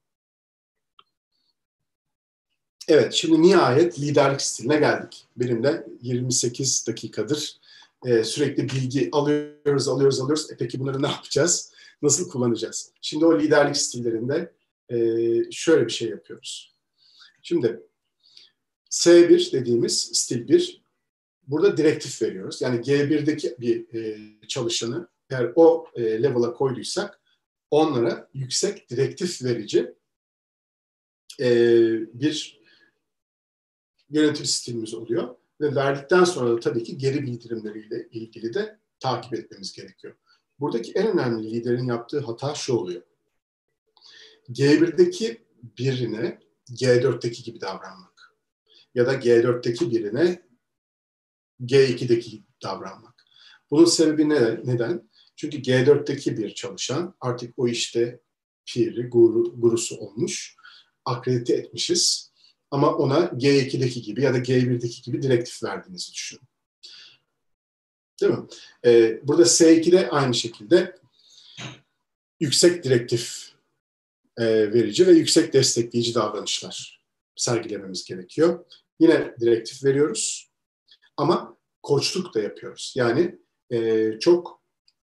Evet, şimdi nihayet liderlik stiline geldik. Benim de 28 dakikadır sürekli bilgi alıyoruz. Peki bunları ne yapacağız? Nasıl kullanacağız? Şimdi o liderlik stillerinde şöyle bir şey yapıyoruz. Şimdi S1 dediğimiz stil 1, burada direktif veriyoruz. Yani G1'deki bir çalışanı eğer o level'a koyduysak onlara yüksek direktif verici bir yönetim stilimiz oluyor. Ve verdikten sonra da tabii ki geri bildirimleriyle ilgili de takip etmemiz gerekiyor. Buradaki en önemli liderin yaptığı hata şu oluyor. G1'deki birine G4'teki gibi davranmak. Ya da G4'teki birine G2'deki gibi davranmak. Bunun sebebi neden? Çünkü G4'teki bir çalışan artık o işte piri, gurusu olmuş. Akredite etmişiz. Ama ona G2'deki gibi ya da G1'deki gibi direktif verdiğinizi düşünün. Değil mi? Burada S2'de aynı şekilde yüksek direktif verici ve yüksek destekleyici davranışlar sergilememiz gerekiyor. Yine direktif veriyoruz ama koçluk da yapıyoruz. Yani çok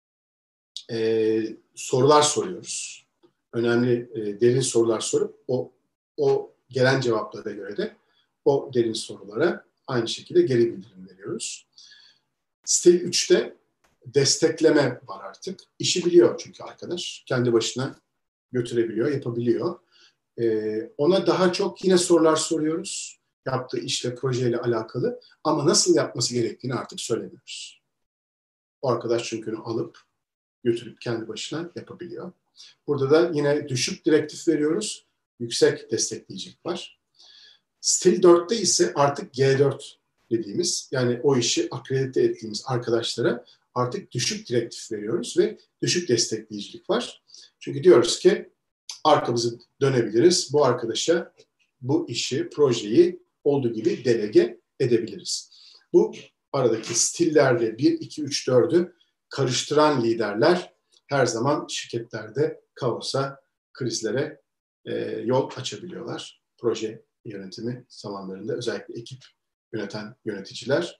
sorular soruyoruz. Önemli derin sorular sorup o gelen cevaplara göre de o derin sorulara aynı şekilde geri bildirim veriyoruz. Stil 3'te destekleme var artık. İşi biliyor çünkü arkadaş. Kendi başına götürebiliyor, yapabiliyor. Ona daha çok yine sorular soruyoruz. Yaptığı işle, projeyle alakalı. Ama nasıl yapması gerektiğini artık söylemiyoruz. O arkadaş çünkü onu alıp götürüp kendi başına yapabiliyor. Burada da yine düşük direktif veriyoruz. Yüksek destekleyicilik var. Stil 4'te ise artık G4 dediğimiz, yani o işi akredite ettiğimiz arkadaşlara artık düşük direktif veriyoruz ve düşük destekleyicilik var. Çünkü diyoruz ki arkamızı dönebiliriz. Bu arkadaşa bu işi, projeyi olduğu gibi delege edebiliriz. Bu aradaki stillerde 1, 2, 3, 4'ü karıştıran liderler her zaman şirketlerde kaosa, krizlere yol açabiliyorlar. Proje yönetimi zamanlarında özellikle ekip yöneten yöneticiler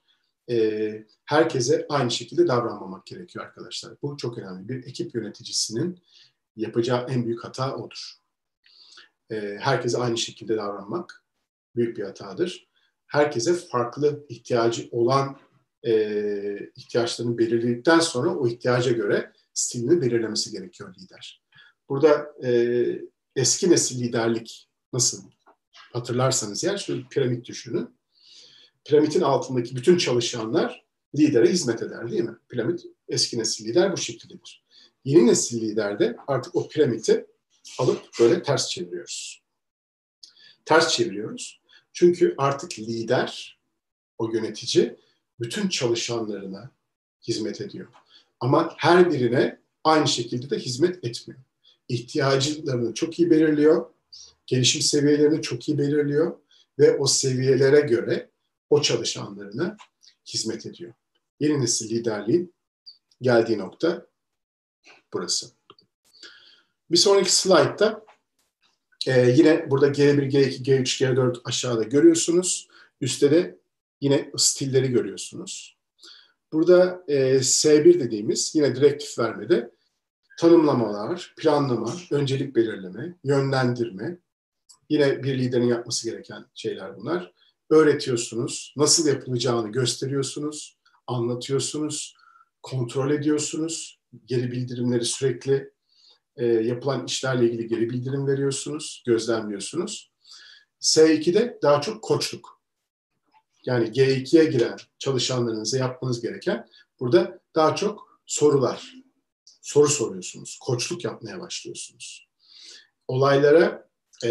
herkese aynı şekilde davranmamak gerekiyor arkadaşlar. Bu çok önemli. Bir ekip yöneticisinin yapacağı en büyük hata odur. Herkese aynı şekilde davranmak büyük bir hatadır. Herkese farklı ihtiyacı olan ihtiyaçlarını belirledikten sonra o ihtiyaca göre stilini belirlemesi gerekiyor lider. Burada eski nesil liderlik nasıl? Hatırlarsanız eğer şöyle bir piramit düşünün. Piramidin altındaki bütün çalışanlar lidere hizmet eder değil mi? Piramit, eski nesil lider bu şekildedir. Yeni nesil liderde artık o piramidi alıp böyle ters çeviriyoruz. Ters çeviriyoruz. Çünkü artık lider, o yönetici bütün çalışanlarına hizmet ediyor. Ama her birine aynı şekilde de hizmet etmiyor. İhtiyaçlarını çok iyi belirliyor, gelişim seviyelerini çok iyi belirliyor ve o seviyelere göre o çalışanlarına hizmet ediyor. Yeni nesil liderliğin geldiği nokta burası. Bir sonraki slaytta yine burada G1, G2, G3, G4 aşağıda görüyorsunuz. Üstte de yine stilleri görüyorsunuz. Burada S1 dediğimiz yine direktif vermede tanımlamalar, planlama, öncelik belirleme, yönlendirme. Yine bir liderin yapması gereken şeyler bunlar. Öğretiyorsunuz, nasıl yapılacağını gösteriyorsunuz, anlatıyorsunuz, kontrol ediyorsunuz, geri bildirimleri sürekli yapılan işlerle ilgili geri bildirim veriyorsunuz, gözlemliyorsunuz. S2'de daha çok koçluk. Yani G2'ye giren çalışanlarınıza yapmanız gereken burada daha çok sorular. Soru soruyorsunuz, koçluk yapmaya başlıyorsunuz. Olaylara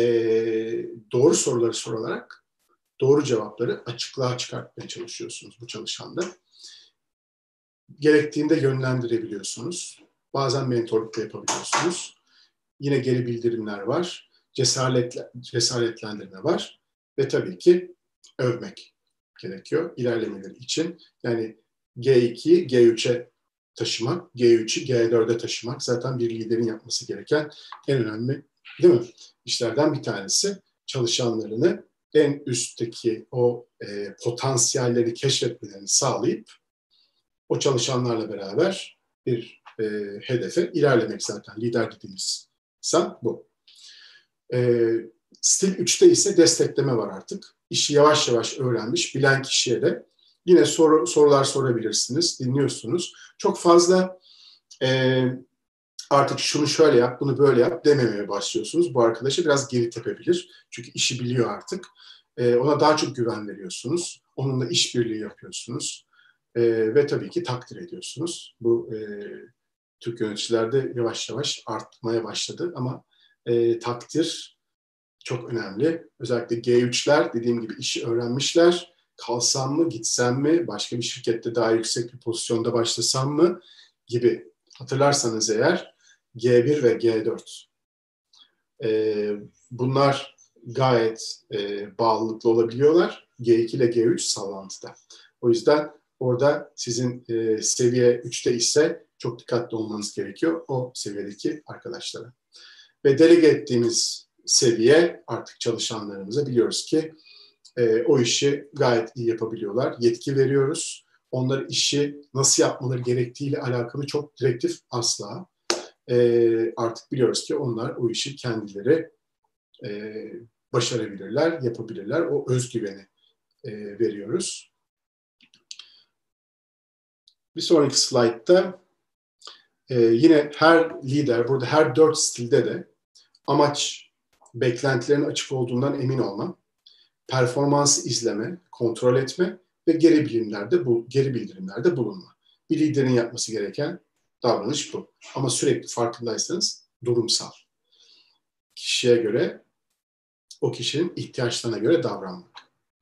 doğru soruları sorarak doğru cevapları açıklığa çıkartmaya çalışıyorsunuz bu çalışanda. Gerektiğinde yönlendirebiliyorsunuz. Bazen mentorluk da yapabiliyorsunuz. Yine geri bildirimler var. Cesaretlendirme var. Ve tabii ki övmek gerekiyor ilerlemeleri için. Yani G2'yi G3'e taşımak, G3'ü G4'e taşımak zaten bir liderin yapması gereken en önemli, değil mi? İşlerden bir tanesi çalışanlarını en üstteki o potansiyelleri keşfetmelerini sağlayıp o çalışanlarla beraber bir hedefe ilerlemek zaten lider dediğimiz insan bu. Stil 3'te ise destekleme var artık. İşi yavaş yavaş öğrenmiş, bilen kişiye de yine sorular sorabilirsiniz, dinliyorsunuz. Çok fazla artık şunu şöyle yap, bunu böyle yap dememeye başlıyorsunuz. Bu arkadaşı biraz geri tepebilir. Çünkü işi biliyor artık. Ona daha çok güven veriyorsunuz. Onunla işbirliği yapıyorsunuz. Ve tabii ki takdir ediyorsunuz. Bu Türk yöneticilerde yavaş yavaş artmaya başladı ama takdir çok önemli. Özellikle G3'ler dediğim gibi işi öğrenmişler. Kalsam mı, gitsem mi, başka bir şirkette daha yüksek bir pozisyonda başlasam mı gibi. Hatırlarsanız eğer G1 ve G4 bunlar gayet bağlılıklı olabiliyorlar. G2 ile G3 sallantıda. O yüzden orada sizin seviye 3'te ise çok dikkatli olmanız gerekiyor o seviyedeki arkadaşlara. Ve delege ettiğimiz seviye artık çalışanlarımıza biliyoruz ki o işi gayet iyi yapabiliyorlar. Yetki veriyoruz. Onlara işi nasıl yapmaları gerektiğiyle alakalı çok direktif asla. Artık biliyoruz ki onlar o işi kendileri başarabilirler, yapabilirler. O özgüveni veriyoruz. Bir sonraki slaytta yine her lider, burada her 4 stilde de amaç, beklentilerin açık olduğundan emin olma, performansı izleme, kontrol etme ve geri bildirimlerde bulunma. Bir liderin yapması gereken davranış bu. Ama sürekli farkındaysanız durumsal. Kişiye göre, o kişinin ihtiyaçlarına göre davranmak.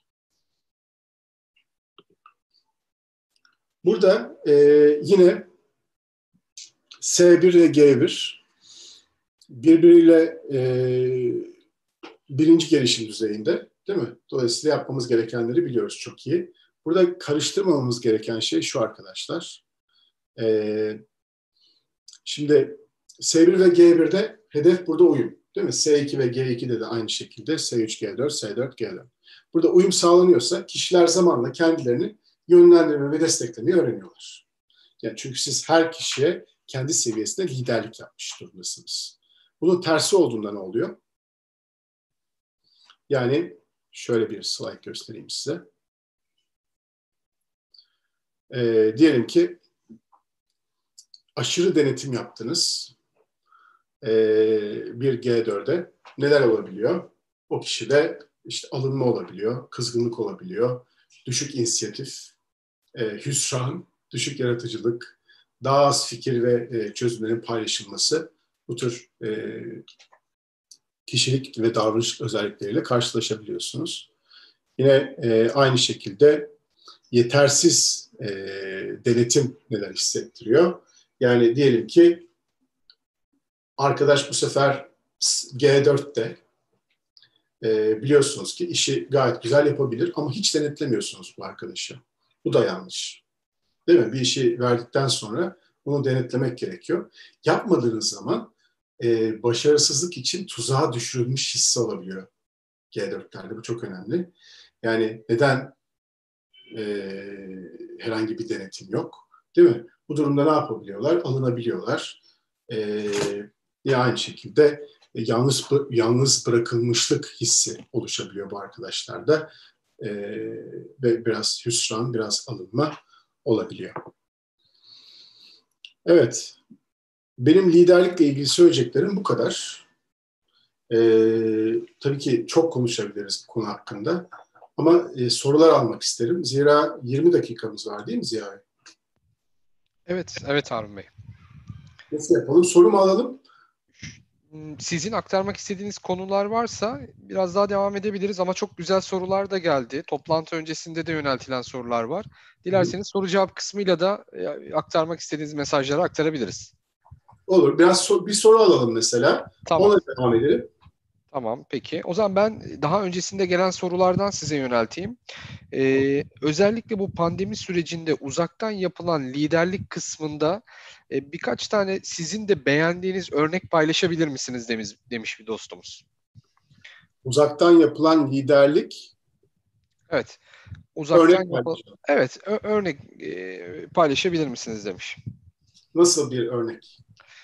Burada yine S1 ve G1 birbiriyle birinci gelişim düzeyinde, değil mi? Dolayısıyla yapmamız gerekenleri biliyoruz çok iyi. Burada karıştırmamamız gereken şey şu arkadaşlar. E, Şimdi S1 ve G1'de hedef burada uyum. Değil mi? S2 ve G2'de de aynı şekilde S3, G4, S4, G4. Burada uyum sağlanıyorsa kişiler zamanla kendilerini yönlendirme ve desteklemeyi öğreniyorlar. Yani çünkü siz her kişiye kendi seviyesinde liderlik yapmış durumdasınız. Bunun tersi olduğunda ne oluyor? Yani şöyle bir slide göstereyim size. Diyelim ki aşırı denetim yaptınız bir G4'e. Neler olabiliyor? O kişide işte alınma olabiliyor, kızgınlık olabiliyor, düşük inisiyatif, hüsran, düşük yaratıcılık, daha az fikir ve çözümlerin paylaşılması bu tür kişilik ve davranış özellikleriyle karşılaşabiliyorsunuz. Yine aynı şekilde yetersiz denetim neler hissettiriyor? Yani diyelim ki arkadaş bu sefer G4'te biliyorsunuz ki işi gayet güzel yapabilir ama hiç denetlemiyorsunuz bu arkadaşı. Bu da yanlış. Değil mi? Bir işi verdikten sonra bunu denetlemek gerekiyor. Yapmadığınız zaman başarısızlık için tuzağa düşürülmüş hissi olabiliyor G4'lerde. Bu çok önemli. Yani neden herhangi bir denetim yok? Değil mi? Bu durumda ne yapabiliyorlar? Alınabiliyorlar. Yine aynı şekilde yalnız bırakılmışlık hissi oluşabiliyor bu arkadaşlarda. Ve biraz hüsran, biraz alınma olabiliyor. Evet, benim liderlikle ilgili söyleyeceklerim bu kadar. Tabii ki çok konuşabiliriz bu konu hakkında. Ama sorular almak isterim. Zira 20 dakikamız var değil mi Ziya? Evet, evet Harun Bey. Nasıl yapalım? Soru mu alalım? Sizin aktarmak istediğiniz konular varsa biraz daha devam edebiliriz ama çok güzel sorular da geldi. Toplantı öncesinde de yöneltilen sorular var. Dilerseniz soru cevap kısmıyla da aktarmak istediğiniz mesajları aktarabiliriz. Olur. Bir soru alalım mesela. Tamam. Ona devam edelim. Tamam, peki. O zaman ben daha öncesinde gelen sorulardan size yönelteyim. Özellikle bu pandemi sürecinde uzaktan yapılan liderlik kısmında birkaç tane sizin de beğendiğiniz örnek paylaşabilir misiniz demiş bir dostumuz. Uzaktan yapılan liderlik Evet, uzaktan örnek yapılan. paylaşalım. Evet, örnek paylaşabilir misiniz demiş. Nasıl bir örnek?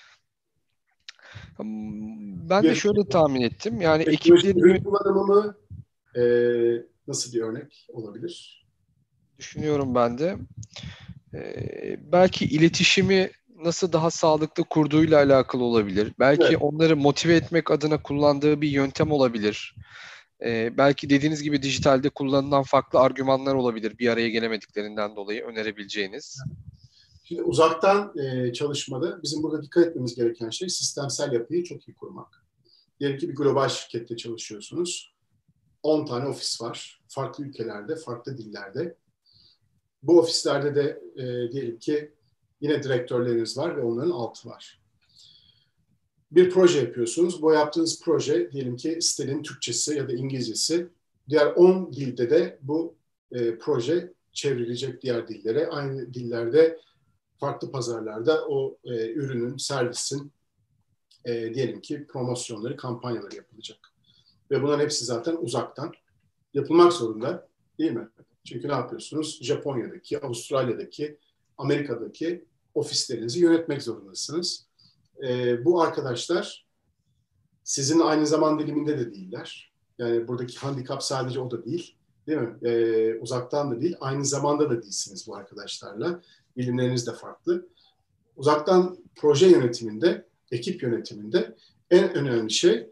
Ben de Bir şöyle tahmin ettim. Yani teknolojik ürün ekiplerini kullanımı mı? Nasıl bir örnek olabilir? düşünüyorum ben de. Belki iletişimi nasıl daha sağlıklı kurduğuyla alakalı olabilir. Belki Evet. onları motive etmek adına kullandığı bir yöntem olabilir. Belki dediğiniz gibi dijitalde kullanılan farklı argümanlar olabilir bir araya gelemediklerinden dolayı önerebileceğiniz. Şimdi uzaktan çalışmada bizim burada dikkat etmemiz gereken şey sistemsel yapıyı çok iyi kurmak. Diyelim ki bir global şirkette çalışıyorsunuz. 10 tane ofis var. Farklı ülkelerde, farklı dillerde. Bu ofislerde de diyelim ki yine direktörleriniz var ve onların altı var. Bir proje yapıyorsunuz. Bu yaptığınız proje diyelim ki sitenin Türkçesi ya da İngilizcesi. Diğer 10 dilde de bu proje çevrilecek diğer dillere. Aynı dillerde farklı pazarlarda o ürünün, servisin diyelim ki promosyonları, kampanyaları yapılacak. Ve bunların hepsi zaten uzaktan yapılmak zorunda değil mi? Çünkü ne yapıyorsunuz? Japonya'daki, Avustralya'daki, Amerika'daki ofislerinizi yönetmek zorundasınız. Bu arkadaşlar sizin aynı zaman diliminde de değiller. Yani buradaki handikap sadece o da değil. Değil mi? Uzaktan da değil, aynı zamanda da değilsiniz bu arkadaşlarla. Bilimleriniz de farklı. Uzaktan proje yönetiminde, ekip yönetiminde en önemli şey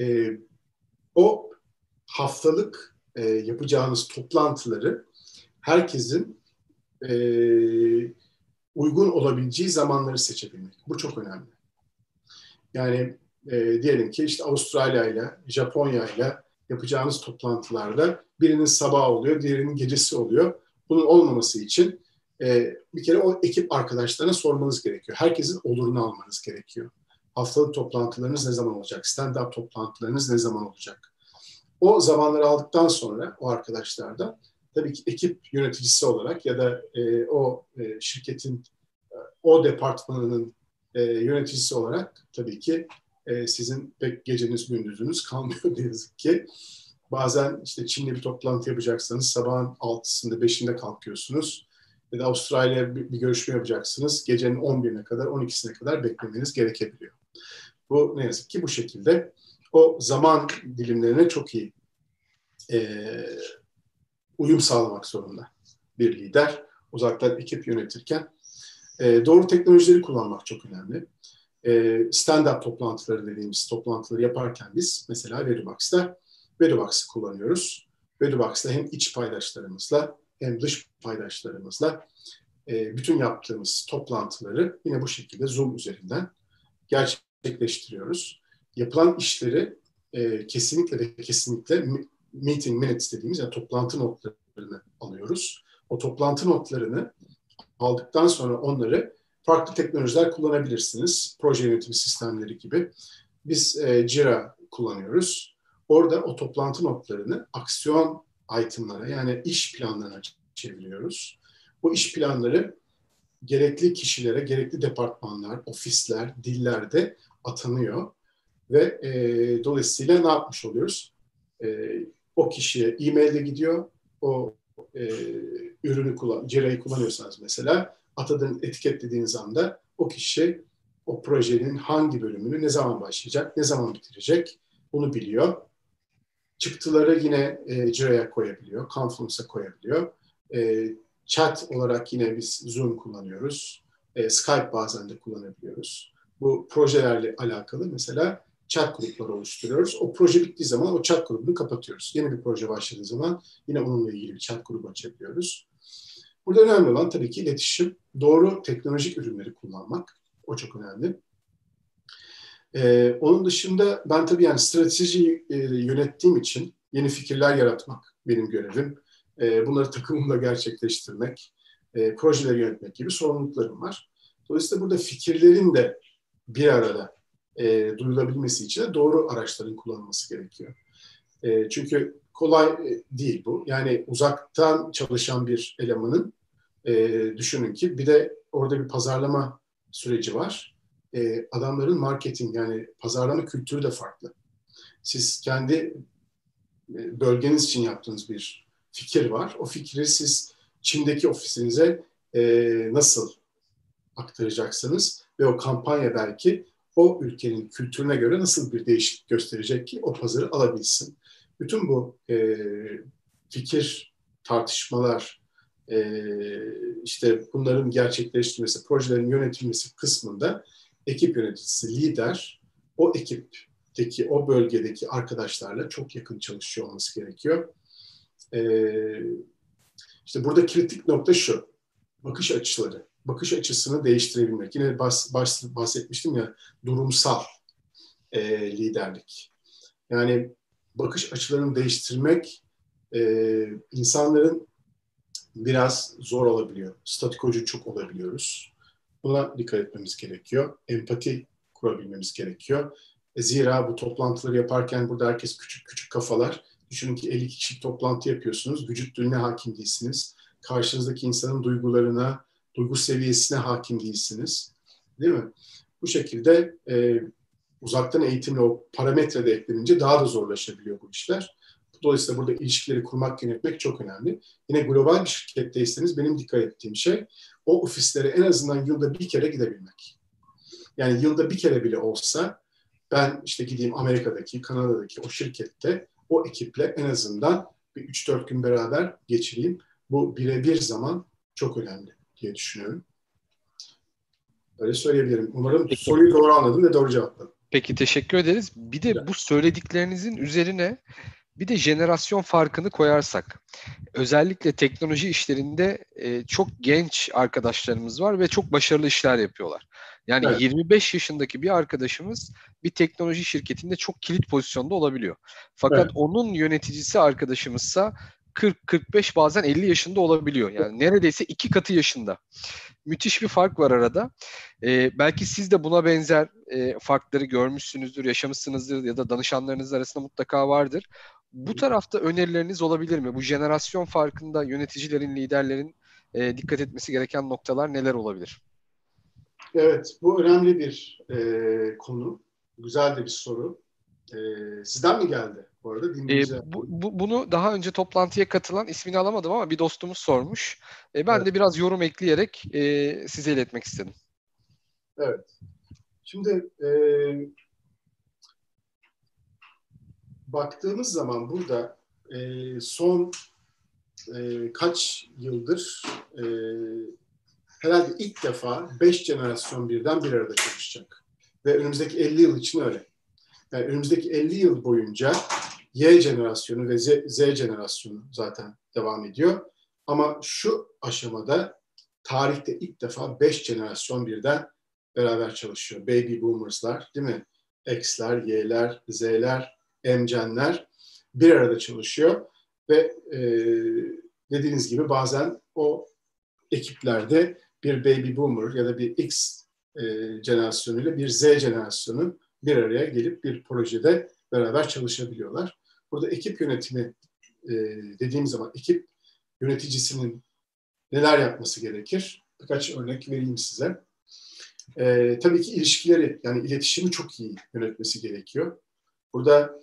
o haftalık yapacağınız toplantıları herkesin e, uygun olabileceği zamanları seçebilmek. Bu çok önemli. Yani diyelim ki işte Avustralya ile Japonya ile yapacağınız toplantılarda birinin sabahı oluyor, diğerinin gecesi oluyor. Bunun olmaması için bir kere o ekip arkadaşlarına sormanız gerekiyor. Herkesin olurunu almanız gerekiyor. Haftalık toplantılarınız ne zaman olacak? Stand-up toplantılarınız ne zaman olacak? O zamanları aldıktan sonra o arkadaşlardan tabii ki ekip yöneticisi olarak ya da o şirketin o departmanının yöneticisi olarak tabii ki sizin pek geceniz gündüzünüz kalmıyor ne yazık ki. Bazen işte Çin'le bir toplantı yapacaksanız sabahın 6'sında 5'inde kalkıyorsunuz. Ya da Avustralya bir görüşme yapacaksınız. Gecenin 11'ine kadar 12'sine kadar beklemeniz gerekebiliyor. Bu ne yazık ki bu şekilde. O zaman dilimlerine çok iyi uyum sağlamak zorunda bir lider. Uzaktan ekip yönetirken doğru teknolojileri kullanmak çok önemli. Stand-up toplantıları dediğimiz toplantıları yaparken biz mesela Vedobox'ı kullanıyoruz. Vedobox'ta hem iç paydaşlarımızla hem dış paydaşlarımızla bütün yaptığımız toplantıları yine bu şekilde Zoom üzerinden gerçekleştiriyoruz. Yapılan işleri kesinlikle ve kesinlikle meeting minutes dediğimiz yani toplantı notlarını alıyoruz. O toplantı notlarını aldıktan sonra onları farklı teknolojiler kullanabilirsiniz. Proje yönetimi sistemleri gibi. Biz Jira kullanıyoruz. Orada o toplantı notlarını aksiyon itemlara yani iş planlarına çeviriyoruz. Bu iş planları gerekli kişilere, gerekli departmanlar, ofisler, dillerde atanıyor. Ve dolayısıyla ne yapmış oluyoruz? O kişiye e-mail'de gidiyor. O ürünü Jira'yı kullanıyorsanız mesela etiketlediğiniz anda o kişi o projenin hangi bölümünü ne zaman başlayacak, ne zaman bitirecek bunu biliyor. Çıktıları yine Jira'ya koyabiliyor, Confluence'a koyabiliyor. Chat olarak yine biz Zoom kullanıyoruz. Skype bazen de kullanabiliyoruz. Bu projelerle alakalı mesela chat grupları oluşturuyoruz. O proje bittiği zaman o chat grubunu kapatıyoruz. Yeni bir proje başladığı zaman yine onunla ilgili bir chat grubu açabiliyoruz. Burada önemli olan tabii ki iletişim. Doğru teknolojik ürünleri kullanmak. O çok önemli. Onun dışında ben tabii yani stratejiyi yönettiğim için yeni fikirler yaratmak benim görevim. Bunları takımımla gerçekleştirmek, projeleri yönetmek gibi sorumluluklarım var. Dolayısıyla burada fikirlerin de bir arada duyulabilmesi için de doğru araçların kullanılması gerekiyor. Çünkü kolay değil bu. Yani uzaktan çalışan bir elemanın düşünün ki bir de orada bir pazarlama süreci var. Adamların marketing yani pazarlama kültürü de farklı. Siz kendi bölgeniz için yaptığınız bir fikir var. O fikri siz Çin'deki ofisinize nasıl aktaracaksınız ve o kampanya belki o ülkenin kültürüne göre nasıl bir değişiklik gösterecek ki o pazarı alabilsin. Bütün bu fikir, tartışmalar, işte bunların gerçekleştirilmesi, projelerin yönetilmesi kısmında ekip yöneticisi, lider, o ekipteki, o bölgedeki arkadaşlarla çok yakın çalışıyor olması gerekiyor. İşte burada kritik nokta şu, bakış açıları. Bakış açısını değiştirebilmek. Yine bahsetmiştim ya, durumsal liderlik. Yani bakış açılarını değiştirmek insanların biraz zor olabiliyor. Statikocu çok olabiliyoruz. Buna dikkat etmemiz gerekiyor. Empati kurabilmemiz gerekiyor. Zira bu toplantıları yaparken burada herkes küçük küçük kafalar. Düşünün ki 50 kişilik toplantı yapıyorsunuz. Vücut diline hakim değilsiniz. Karşınızdaki insanın duygularına, duygu seviyesine hakim değilsiniz. Değil mi? Bu şekilde uzaktan eğitimle o parametre de eklenince daha da zorlaşabiliyor bu işler. Dolayısıyla burada ilişkileri kurmak, yönetmek çok önemli. Yine global bir şirketteyseniz benim dikkat ettiğim şey o ofislere en azından yılda bir kere gidebilmek. Yani yılda bir kere bile olsa ben işte gideyim Amerika'daki, Kanada'daki o şirkette o ekiple en azından bir 3-4 gün beraber geçireyim. Bu birebir zaman çok önemli diye düşünüyorum. Öyle söyleyebilirim. Umarım Peki. soruyu doğru anladım ve doğru cevapladım. Peki, teşekkür ederiz. Bir de bu söylediklerinizin üzerine bir de jenerasyon farkını koyarsak, özellikle teknoloji işlerinde çok genç arkadaşlarımız var ve çok başarılı işler yapıyorlar. Yani Evet. 25 yaşındaki bir arkadaşımız bir teknoloji şirketinde çok kilit pozisyonda olabiliyor. Fakat Evet. onun yöneticisi arkadaşımızsa 40-45 bazen 50 yaşında olabiliyor. Yani neredeyse 2 katı yaşında. Müthiş bir fark var arada. Belki siz de buna benzer farkları görmüşsünüzdür, yaşamışsınızdır ya da danışanlarınız arasında mutlaka vardır. Bu tarafta önerileriniz olabilir mi? Bu jenerasyon farkında yöneticilerin, liderlerin dikkat etmesi gereken noktalar neler olabilir? Evet, bu önemli bir konu. Güzel de bir soru. Sizden mi geldi bu arada? Dinleyiciler. Bunu daha önce toplantıya katılan, ismini alamadım ama bir dostumuz sormuş. Ben Evet, de biraz yorum ekleyerek size iletmek istedim. evet. Şimdi baktığımız zaman burada son kaç yıldır herhalde ilk defa 5 jenerasyon birden bir arada çalışacak. Ve önümüzdeki 50 yıl için öyle. Yani önümüzdeki 50 yıl boyunca Y jenerasyonu ve Z jenerasyonu zaten devam ediyor. Ama şu aşamada tarihte ilk defa 5 jenerasyon birden beraber çalışıyor. Baby boomers'lar, değil mi? X'ler, Y'ler, Z'ler, M'cenler bir arada çalışıyor ve dediğiniz gibi bazen o ekiplerde bir baby boomer ya da bir X jenerasyonuyla bir Z jenerasyonu bir araya gelip bir projede beraber çalışabiliyorlar. Burada ekip yönetimi dediğim zaman ekip yöneticisinin neler yapması gerekir? Birkaç örnek vereyim size. Tabii ki ilişkileri, yani iletişimi çok iyi yönetmesi gerekiyor. Burada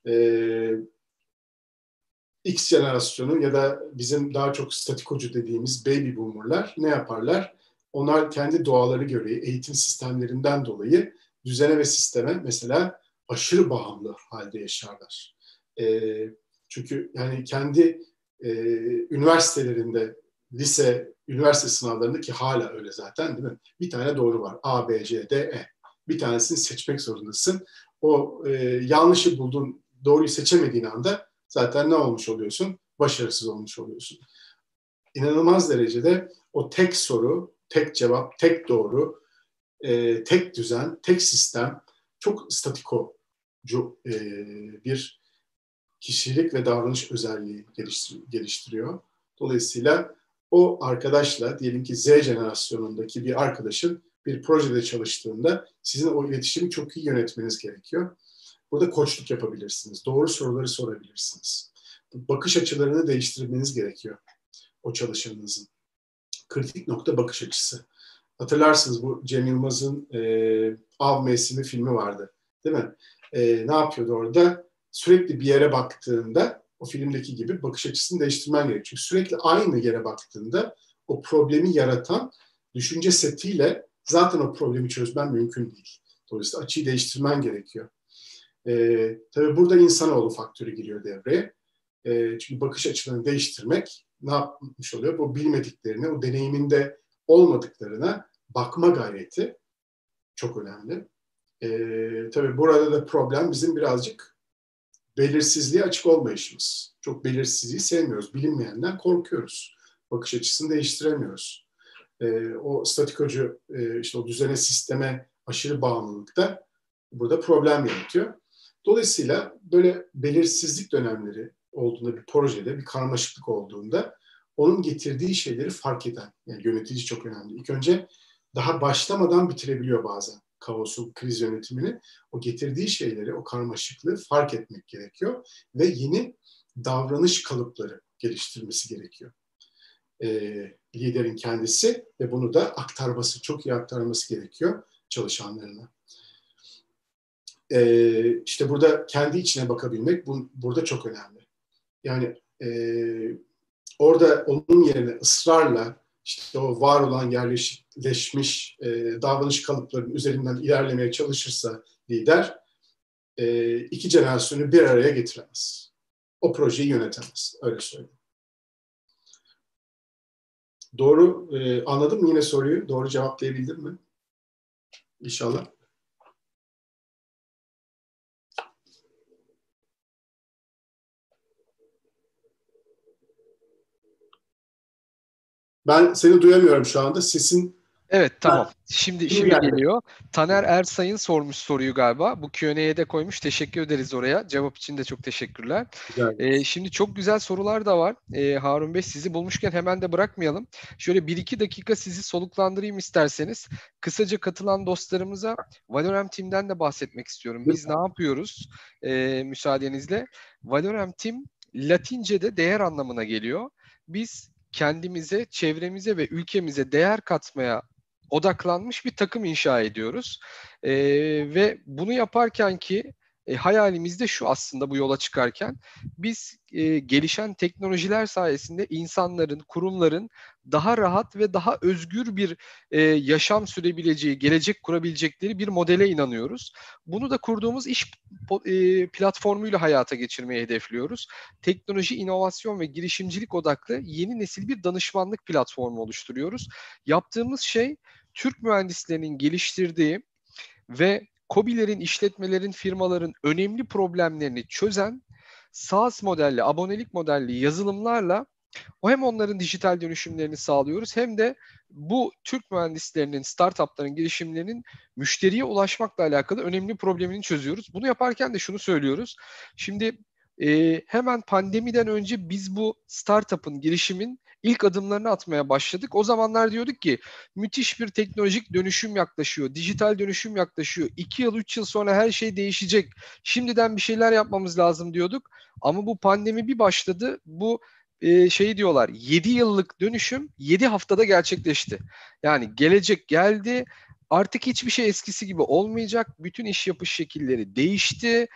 X jenerasyonu ya da bizim daha çok statikocu dediğimiz baby boomerlar ne yaparlar? Onlar kendi doğaları gereği eğitim sistemlerinden dolayı düzene ve sisteme mesela aşırı bağımlı halde yaşarlar. Çünkü yani kendi üniversitelerinde, üniversite sınavlarında ki hala öyle zaten değil mi? Bir tane doğru var. A, B, C, D, E. Bir tanesini seçmek zorundasın. O yanlışı buldun, doğruyu seçemediğin anda zaten ne olmuş oluyorsun? Başarısız olmuş oluyorsun. İnanılmaz derecede o tek soru, tek cevap, tek doğru, tek düzen, tek sistem çok statikocu bir kişilik ve davranış özelliği geliştiriyor. Dolayısıyla o arkadaşla diyelim ki Z jenerasyonundaki bir arkadaşın bir projede çalıştığında sizin o iletişimi çok iyi yönetmeniz gerekiyor. Burada koçluk yapabilirsiniz. Doğru soruları sorabilirsiniz. Bakış açılarını değiştirmeniz gerekiyor o çalışanınızın. Kritik nokta bakış açısı. Hatırlarsınız bu Cem Yılmaz'ın Av Mevsimi filmi vardı. Değil mi? Ne yapıyordu orada? Sürekli bir yere baktığında o filmdeki gibi bakış açısını değiştirmen gerekiyor. Çünkü sürekli aynı yere baktığında o problemi yaratan düşünce setiyle zaten o problemi çözmen mümkün değil. Dolayısıyla açıyı değiştirmen gerekiyor. Tabii burada insanoğlu faktörü giriyor devreye. Çünkü bakış açılarını değiştirmek ne yapmış oluyor? Bu bilmediklerine, o deneyiminde olmadıklarına bakma gayreti çok önemli. Tabii burada da problem bizim birazcık belirsizliğe açık olmayışımız. Çok belirsizliği sevmiyoruz. Bilinmeyenden korkuyoruz. Bakış açısını değiştiremiyoruz. O statikocu, işte o düzene, sisteme aşırı bağımlılık da burada problem yaratıyor. Dolayısıyla böyle belirsizlik dönemleri olduğunda bir projede, bir karmaşıklık olduğunda onun getirdiği şeyleri fark eden, yani yönetici çok önemli. İlk önce daha başlamadan bitirebiliyor bazen kaosu, kriz yönetimini. O getirdiği şeyleri, o karmaşıklığı fark etmek gerekiyor ve yeni davranış kalıpları geliştirmesi gerekiyor. Liderin kendisi ve bunu da aktarması, çok iyi aktarması gerekiyor çalışanlarına. İşte burada kendi içine bakabilmek burada çok önemli. Yani orada onun yerine ısrarla işte o var olan yerleşmiş davranış kalıplarının üzerinden ilerlemeye çalışırsa lider iki jenerasyonu bir araya getiremez. O projeyi yönetemez. Öyle söyleyeyim. Doğru anladın mı yine soruyu? Doğru cevaplayabildim mi? İnşallah. Ben seni duyamıyorum şu anda. Sesin... Evet, tamam. Ha, Şimdi şimdi geldi. geliyor. Taner Ersay'ın sormuş soruyu galiba. Bu Q&A'ye de koymuş. Teşekkür ederiz oraya. Cevap için de çok teşekkürler. Güzel. Şimdi çok güzel sorular da var. Harun Bey, sizi bulmuşken hemen de bırakmayalım. Şöyle 1-2 dakika sizi soluklandırayım isterseniz. Kısaca katılan dostlarımıza Valorem Team'den de bahsetmek istiyorum. Biz ne yapıyoruz? Müsaadenizle. Valorem Team Latince'de değer anlamına geliyor. Biz kendimize, çevremize ve ülkemize değer katmaya odaklanmış bir takım inşa ediyoruz. Ve bunu yaparken ki hayalimiz de şu aslında bu yola çıkarken biz gelişen teknolojiler sayesinde insanların, kurumların daha rahat ve daha özgür bir yaşam sürebileceği, gelecek kurabilecekleri bir modele inanıyoruz. Bunu da kurduğumuz iş platformuyla hayata geçirmeyi hedefliyoruz. Teknoloji, inovasyon ve girişimcilik odaklı yeni nesil bir danışmanlık platformu oluşturuyoruz. Yaptığımız şey Türk mühendislerinin geliştirdiği ve KOBİ'lerin, işletmelerin, firmaların önemli problemlerini çözen SaaS modelli, abonelik modelli yazılımlarla hem onların dijital dönüşümlerini sağlıyoruz hem de bu Türk mühendislerinin, startupların, girişimlerinin müşteriye ulaşmakla alakalı önemli problemini çözüyoruz. Bunu yaparken de şunu söylüyoruz. Şimdi hemen pandemiden önce biz bu startup'ın, girişimin ilk adımlarını atmaya başladık. O zamanlar diyorduk ki müthiş bir teknolojik dönüşüm yaklaşıyor, dijital dönüşüm yaklaşıyor. 2 yıl, 3 yıl sonra her şey değişecek. Şimdiden bir şeyler yapmamız lazım diyorduk. Ama bu pandemi bir başladı. Bu şey diyorlar 7 yıllık dönüşüm 7 haftada gerçekleşti. Yani gelecek geldi. Artık hiçbir şey eskisi gibi olmayacak. Bütün iş yapış şekilleri değişti.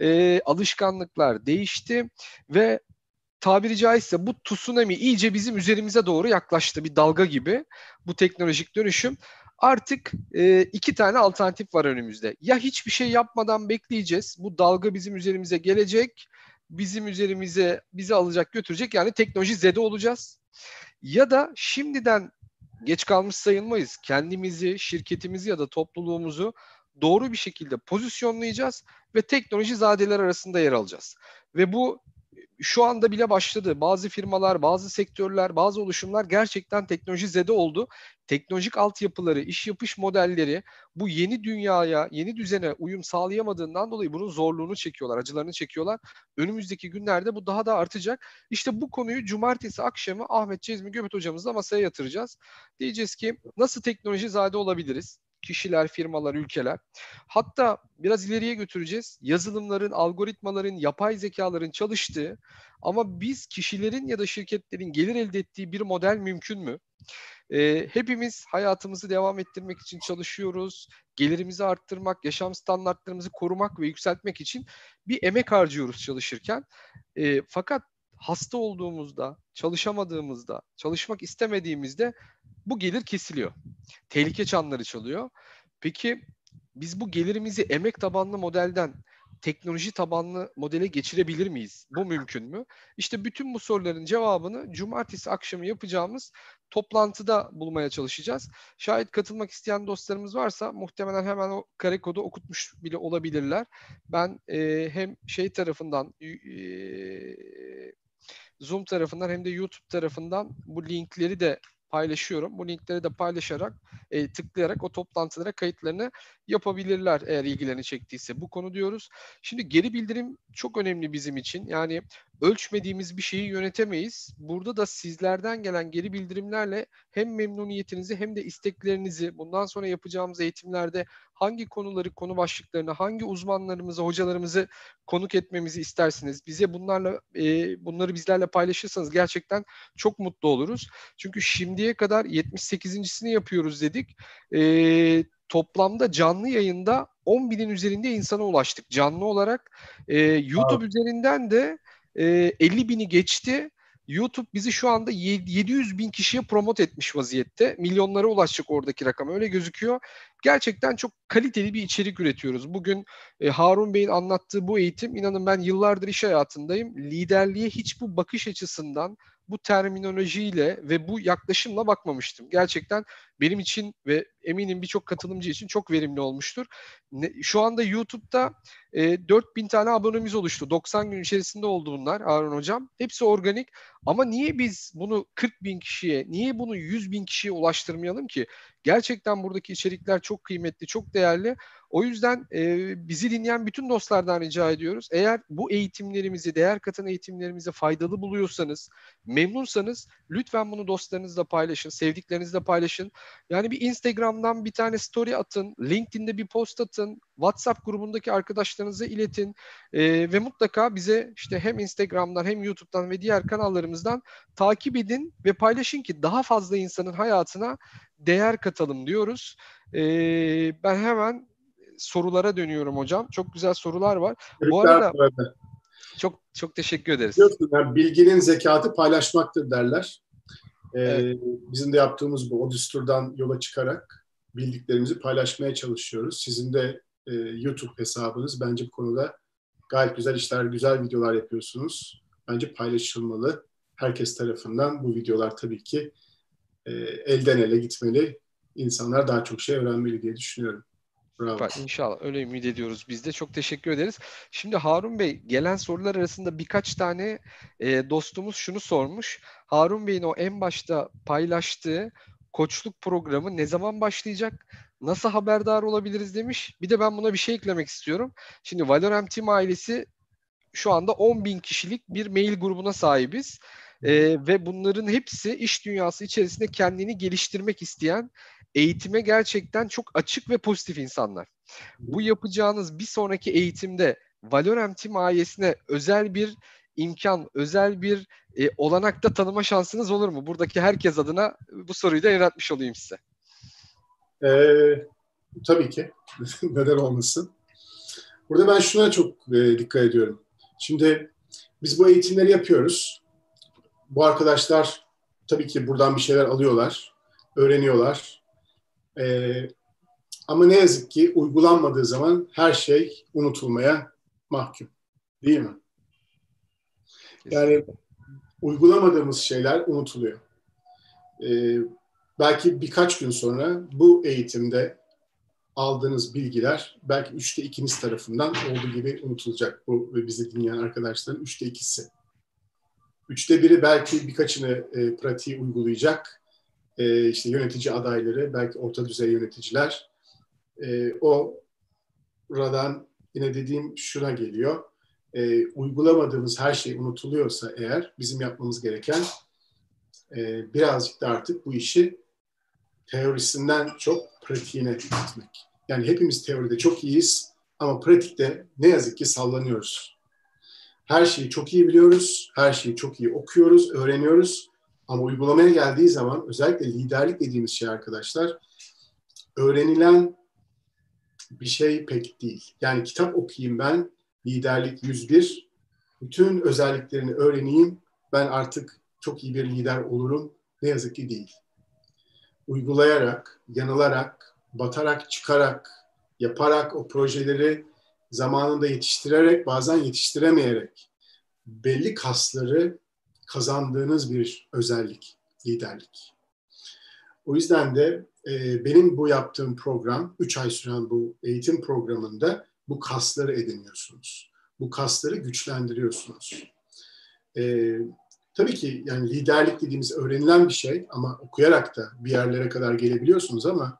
Alışkanlıklar değişti ve tabiri caizse bu tsunami iyice bizim üzerimize doğru yaklaştı. Bir dalga gibi bu teknolojik dönüşüm. Artık iki tane alternatif var önümüzde. Ya hiçbir şey yapmadan bekleyeceğiz. Bu dalga bizim üzerimize gelecek. Bizim üzerimize bizi alacak götürecek. Yani teknoloji zede olacağız. Ya da şimdiden geç kalmış sayılmayız. Kendimizi, şirketimizi ya da topluluğumuzu doğru bir şekilde pozisyonlayacağız ve teknoloji zadeler arasında yer alacağız. Ve bu şu anda bile başladı. Bazı firmalar, bazı sektörler, bazı oluşumlar gerçekten teknoloji zede oldu. Teknolojik altyapıları, iş yapış modelleri bu yeni dünyaya, yeni düzene uyum sağlayamadığından dolayı bunun zorluğunu çekiyorlar, acılarını çekiyorlar. Önümüzdeki günlerde bu daha da artacak. İşte bu konuyu cumartesi akşamı Ahmet Cezmi Göbet hocamızla masaya yatıracağız. Diyeceğiz ki nasıl teknoloji zade olabiliriz? Kişiler, firmalar, ülkeler. Hatta biraz ileriye götüreceğiz. Yazılımların, algoritmaların, yapay zekaların çalıştığı ama biz kişilerin ya da şirketlerin gelir elde ettiği bir model mümkün mü? Hepimiz hayatımızı devam ettirmek için çalışıyoruz. Gelirimizi arttırmak, yaşam standartlarımızı korumak ve yükseltmek için bir emek harcıyoruz çalışırken. Fakat hasta olduğumuzda, çalışamadığımızda, çalışmak istemediğimizde bu gelir kesiliyor. Tehlike çanları çalıyor. Peki biz bu gelirimizi emek tabanlı modelden teknoloji tabanlı modele geçirebilir miyiz? Bu mümkün mü? İşte bütün bu soruların cevabını cumartesi akşamı yapacağımız toplantıda bulmaya çalışacağız. Şayet katılmak isteyen dostlarımız varsa muhtemelen hemen o kare kodu okutmuş bile olabilirler. Ben hem şey tarafından Zoom tarafından hem de YouTube tarafından bu linkleri de paylaşıyorum. Bu linkleri de paylaşarak, tıklayarak o toplantılara kayıtlarını yapabilirler eğer ilgilerini çektiyse. Bu konu diyoruz. Şimdi geri bildirim çok önemli bizim için. Yani ölçmediğimiz bir şeyi yönetemeyiz. Burada da sizlerden gelen geri bildirimlerle hem memnuniyetinizi hem de isteklerinizi bundan sonra yapacağımız eğitimlerde hangi konuları, konu başlıklarını, hangi uzmanlarımızı, hocalarımızı konuk etmemizi istersiniz? Bize bunları bizlerle paylaşırsanız gerçekten çok mutlu oluruz. Çünkü şimdiye kadar 78.sini yapıyoruz dedik. Toplamda canlı yayında 10 binin üzerinde insana ulaştık canlı olarak. YouTube üzerinden de 50 bini geçti. YouTube bizi şu anda 700 bin kişiye promote etmiş vaziyette. Milyonlara ulaşacak oradaki rakam öyle gözüküyor. Gerçekten çok kaliteli bir içerik üretiyoruz. Bugün Harun Bey'in anlattığı bu eğitim, inanın ben yıllardır iş hayatındayım. Liderliğe hiç bu bakış açısından, bu terminolojiyle ve bu yaklaşımla bakmamıştım. Gerçekten benim için ve eminim birçok katılımcı için çok verimli olmuştur. Şu anda YouTube'da 4.000 tane abonemiz oluştu. 90 gün içerisinde oldu bunlar Harun Hocam. Hepsi organik. Ama niye biz bunu 40 bin kişiye, niye bunu 100 bin kişiye ulaştırmayalım ki? Gerçekten buradaki içerikler çok kıymetli, çok değerli. O yüzden bizi dinleyen bütün dostlardan rica ediyoruz. Eğer bu eğitimlerimizi, değer katan eğitimlerimizi faydalı buluyorsanız, memnunsanız lütfen bunu dostlarınızla paylaşın, sevdiklerinizle paylaşın. Yani bir Instagram'dan bir tane story atın, LinkedIn'de bir post atın, WhatsApp grubundaki arkadaşlarınıza iletin ve mutlaka bize işte hem Instagram'dan hem YouTube'dan ve diğer kanallarımızdan takip edin ve paylaşın ki daha fazla insanın hayatına değer katalım diyoruz. Ben hemen sorulara dönüyorum hocam. Çok güzel sorular var. Bu Tebrikler arada bu arada. çok çok teşekkür ederiz. Biliyorsun ya, bilginin zekatı paylaşmaktır derler. Evet, Bizim de yaptığımız bu. O düsturdan yola çıkarak bildiklerimizi paylaşmaya çalışıyoruz. Sizin de YouTube hesabınız bence bu konuda gayet güzel işler, güzel videolar yapıyorsunuz. Bence paylaşılmalı. Herkes tarafından bu videolar tabii ki elden ele gitmeli. İnsanlar daha çok şey öğrenmeli diye düşünüyorum. Bravo. süper. İnşallah öyle ümit ediyoruz biz de. Çok teşekkür ederiz. Şimdi Harun Bey, gelen sorular arasında birkaç tane dostumuz şunu sormuş. Harun Bey'in o en başta paylaştığı koçluk programı ne zaman başlayacak? Nasıl haberdar olabiliriz demiş. Bir de ben buna bir şey eklemek istiyorum. Şimdi Valorem Team ailesi şu anda 10 bin kişilik bir mail grubuna sahibiz. Ve bunların hepsi iş dünyası içerisinde kendini geliştirmek isteyen, eğitime gerçekten çok açık ve pozitif insanlar. Bu yapacağınız bir sonraki eğitimde Valorem Team ailesine özel bir imkan, özel bir olanakta tanıma şansınız olur mu? Buradaki herkes adına bu soruyu da yöneltmiş olayım size. Tabii ki. Neden olmasın? Burada ben şuna çok dikkat ediyorum. Şimdi biz bu eğitimleri yapıyoruz. Bu arkadaşlar tabii ki buradan bir şeyler alıyorlar, öğreniyorlar. Ama ne yazık ki uygulanmadığı zaman her şey unutulmaya mahkum. Değil mi? Yani Kesinlikle. uygulamadığımız şeyler unutuluyor. Belki birkaç gün sonra bu eğitimde aldığınız bilgiler belki 2/3 tarafından olduğu gibi unutulacak. Bu ve bizi dinleyen arkadaşların 2/3. 1/3 belki birkaçını pratiği uygulayacak. İşte yönetici adayları, belki orta düzey yöneticiler. O buradan yine dediğim şuna geliyor. Uygulamadığımız her şey unutuluyorsa eğer bizim yapmamız gereken birazcık da artık bu işi teorisinden çok pratiğine gitmek. Yani hepimiz teoride çok iyiyiz ama pratikte ne yazık ki sallanıyoruz. Her şeyi çok iyi biliyoruz, her şeyi çok iyi okuyoruz, öğreniyoruz. Ama uygulamaya geldiği zaman özellikle liderlik dediğimiz şey arkadaşlar, öğrenilen bir şey pek değil. Yani kitap okuyayım ben, liderlik 101, bütün özelliklerini öğreneyim, ben artık çok iyi bir lider olurum. Ne yazık ki değil. Uygulayarak, yanılarak, batarak, çıkarak, yaparak o projeleri zamanında yetiştirerek, bazen yetiştiremeyerek belli kasları kazandığınız bir özellik, liderlik. O yüzden de benim bu yaptığım program, 3 ay süren bu eğitim programında bu kasları ediniyorsunuz. Bu kasları güçlendiriyorsunuz. Tabii ki yani liderlik dediğimiz öğrenilen bir şey ama okuyarak da bir yerlere kadar gelebiliyorsunuz ama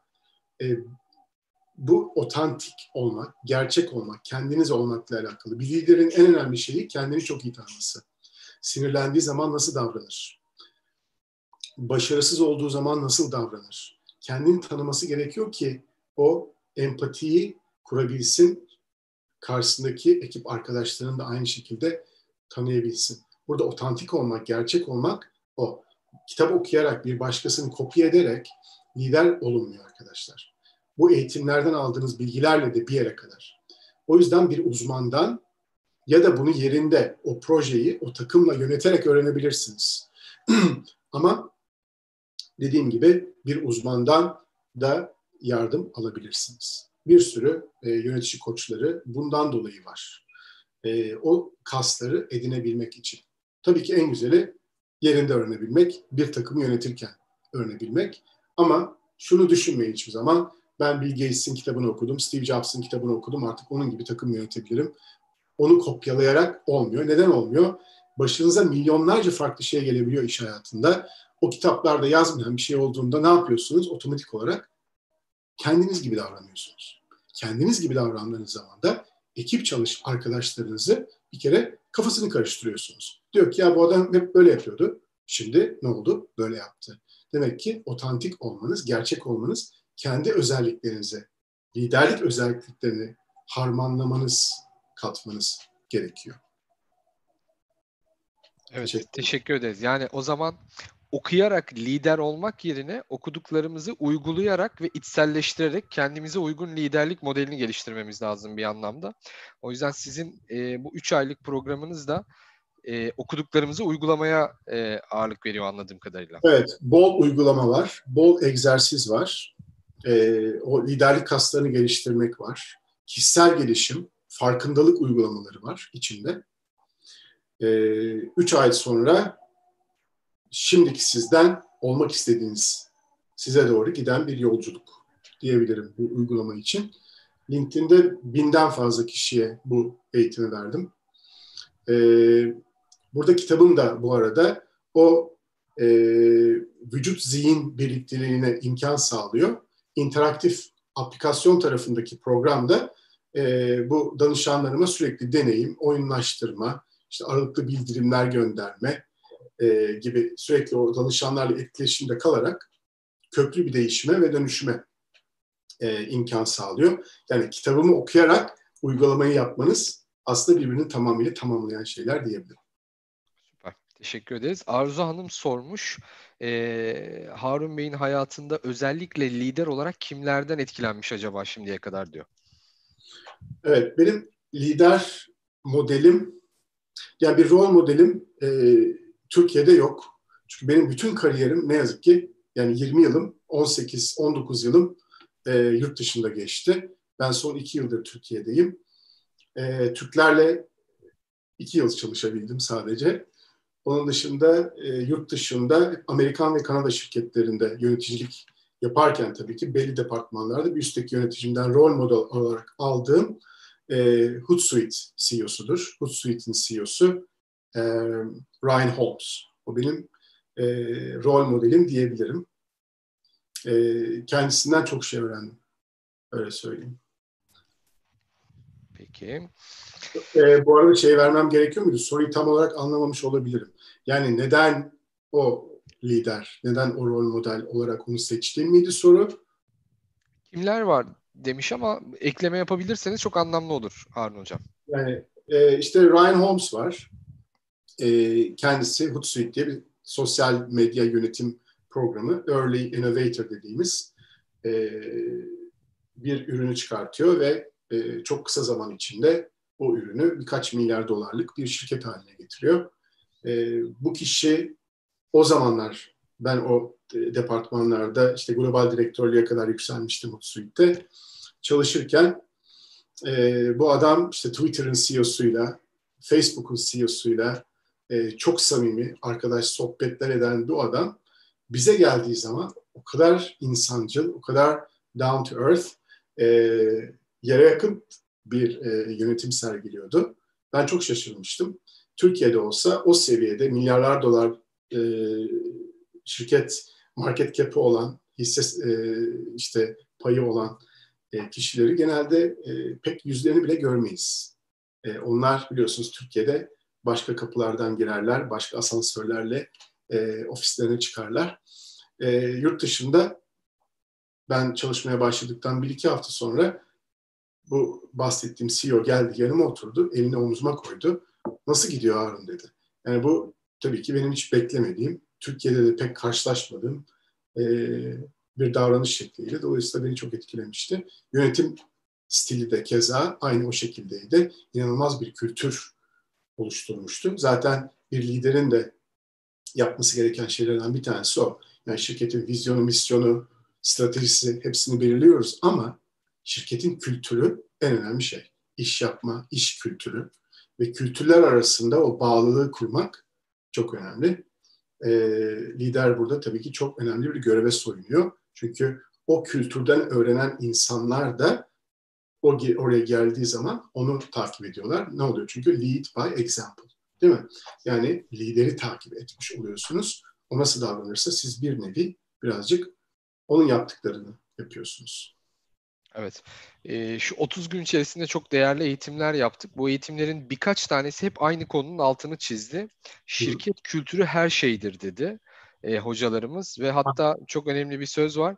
bu otantik olmak, gerçek olmak, kendiniz olmakla alakalı. Bir liderin en önemli şeyi kendini çok iyi tanıması. Sinirlendiği zaman nasıl davranır? Başarısız olduğu zaman nasıl davranır? Kendini tanıması gerekiyor ki o empatiyi kurabilsin, karşısındaki ekip arkadaşlarını da aynı şekilde tanıyabilsin. Burada otantik olmak, gerçek olmak o. Kitap okuyarak, bir başkasını kopya ederek lider olunmuyor arkadaşlar. Bu eğitimlerden aldığınız bilgilerle de bir yere kadar. O yüzden bir uzmandan ya da bunu yerinde o projeyi o takımla yöneterek öğrenebilirsiniz. Ama dediğim gibi bir uzmandan da yardım alabilirsiniz. Bir sürü yönetici koçları bundan dolayı var. O kasları edinebilmek için. Tabii ki en güzeli yerinde öğrenebilmek, bir takımı yönetirken öğrenebilmek. Ama şunu düşünmeyin hiçbir zaman. Ben Bill Gates'in kitabını okudum, Steve Jobs'ın kitabını okudum, artık onun gibi takım yönetebilirim. Onu kopyalayarak olmuyor. Neden olmuyor? Başınıza milyonlarca farklı şey gelebiliyor iş hayatında. O kitaplarda yazmayan bir şey olduğunda ne yapıyorsunuz? Otomatik olarak kendiniz gibi davranıyorsunuz. Kendiniz gibi davrandığınız zaman da ekip arkadaşlarınızı bir kere kafasını karıştırıyorsunuz. Diyor ki ya bu adam hep böyle yapıyordu. Şimdi ne oldu? Böyle yaptı. Demek ki otantik olmanız, gerçek olmanız, kendi özelliklerinize, liderlik özelliklerini harmanlamanız, katmanız gerekiyor. Evet, Teşekkür ederim. teşekkür ederiz. Yani o zaman okuyarak lider olmak yerine okuduklarımızı uygulayarak ve içselleştirerek kendimize uygun liderlik modelini geliştirmemiz lazım bir anlamda. O yüzden sizin bu 3 aylık programınız da okuduklarımızı uygulamaya ağırlık veriyor anladığım kadarıyla. Evet, bol uygulama var, bol egzersiz var. O liderlik kaslarını geliştirmek var. Kişisel gelişim, farkındalık uygulamaları var içinde. 3 ay sonra şimdiki sizden olmak istediğiniz size doğru giden bir yolculuk diyebilirim bu uygulama için. LinkedIn'de 1000'den fazla kişiye bu eğitimi verdim. Burada kitabım da bu arada o vücut zihin birlikteliğine imkan sağlıyor. İnteraktif aplikasyon tarafındaki programda bu danışanlarıma sürekli deneyim, oyunlaştırma, işte aralıklı bildirimler gönderme gibi sürekli o danışanlarla etkileşimde kalarak köklü bir değişime ve dönüşüme imkan sağlıyor. Yani kitabımı okuyarak uygulamayı yapmanız aslında birbirini tamamıyla tamamlayan şeyler diyebilirim. Süper. Teşekkür ederiz. Arzu Hanım sormuş. Harun Bey'in hayatında özellikle lider olarak kimlerden etkilenmiş acaba şimdiye kadar diyor. Evet, benim lider modelim, yani bir rol modelim Türkiye'de yok. Çünkü benim bütün kariyerim ne yazık ki yani 20 yılım, 18-19 yılım yurt dışında geçti. Ben son 2 yıldır Türkiye'deyim. Türklerle 2 yıl çalışabildim sadece. Onun dışında yurt dışında Amerikan ve Kanada şirketlerinde yöneticilik yaparken tabii ki belli departmanlarda bir üstteki yöneticimden rol model olarak aldığım Hootsuite CEO'sudur. Hootsuite'in CEO'su Ryan Holmes. O benim rol modelim diyebilirim. Kendisinden çok şey öğrendim. Öyle söyleyeyim. Peki. Bu arada şey vermem gerekiyor muydu? Soruyu tam olarak anlamamış olabilirim. Yani neden o lider, neden o rol model olarak onu seçtiğin miydi soru? Kimler var demiş ama ekleme yapabilirseniz çok anlamlı olur Harun Hocam. Yani işte Ryan Holmes var. Kendisi Hootsuite diye bir sosyal medya yönetim programı, Early Innovator dediğimiz bir ürünü çıkartıyor ve çok kısa zaman içinde o ürünü birkaç milyar dolarlık bir şirket haline getiriyor. Bu kişi o zamanlar ben o departmanlarda işte global direktörlüğe kadar yükselmiştim Hootsuite'de çalışırken bu adam işte Twitter'ın CEO'suyla, Facebook'un CEO'suyla çok samimi arkadaş sohbetler eden bu adam bize geldiği zaman o kadar insancıl, o kadar down to earth, e, yere yakın bir yönetim sergiliyordu. Ben çok şaşırmıştım. Türkiye'de olsa o seviyede milyarlar dolar e, şirket market cap'i olan, hisse işte payı olan kişileri genelde pek yüzlerini bile görmeyiz. Onlar biliyorsunuz Türkiye'de başka kapılardan girerler, başka asansörlerle ofislerine çıkarlar. Yurt dışında ben çalışmaya başladıktan 1-2 hafta sonra bu bahsettiğim CEO geldi yanıma oturdu, elini omzuma koydu. Nasıl gidiyor Harun dedi. Yani bu tabii ki benim hiç beklemediğim, Türkiye'de de pek karşılaşmadığım bir davranış şekliydi. Dolayısıyla beni çok etkilemişti. Yönetim stili de keza aynı o şekildeydi. İnanılmaz bir kültür oluşturmuştu. Zaten bir liderin de yapması gereken şeylerden bir tanesi o. Yani şirketin vizyonu, misyonu, stratejisi hepsini belirliyoruz ama şirketin kültürü en önemli şey. İş yapma, iş kültürü ve kültürler arasında o bağlılığı kurmak çok önemli. Lider burada tabii ki çok önemli bir göreve soyunuyor. Çünkü o kültürden öğrenen insanlar da oraya geldiği zaman onu takip ediyorlar. Ne oluyor? Çünkü lead by example. Değil mi? Yani lideri takip etmiş oluyorsunuz. O nasıl davranırsa siz bir nevi birazcık onun yaptıklarını yapıyorsunuz. Evet. Şu 30 gün içerisinde çok değerli eğitimler yaptık. Bu eğitimlerin birkaç tanesi hep aynı konunun altını çizdi. Hı. Şirket kültürü her şeydir dedi hocalarımız ve hatta çok önemli bir söz var.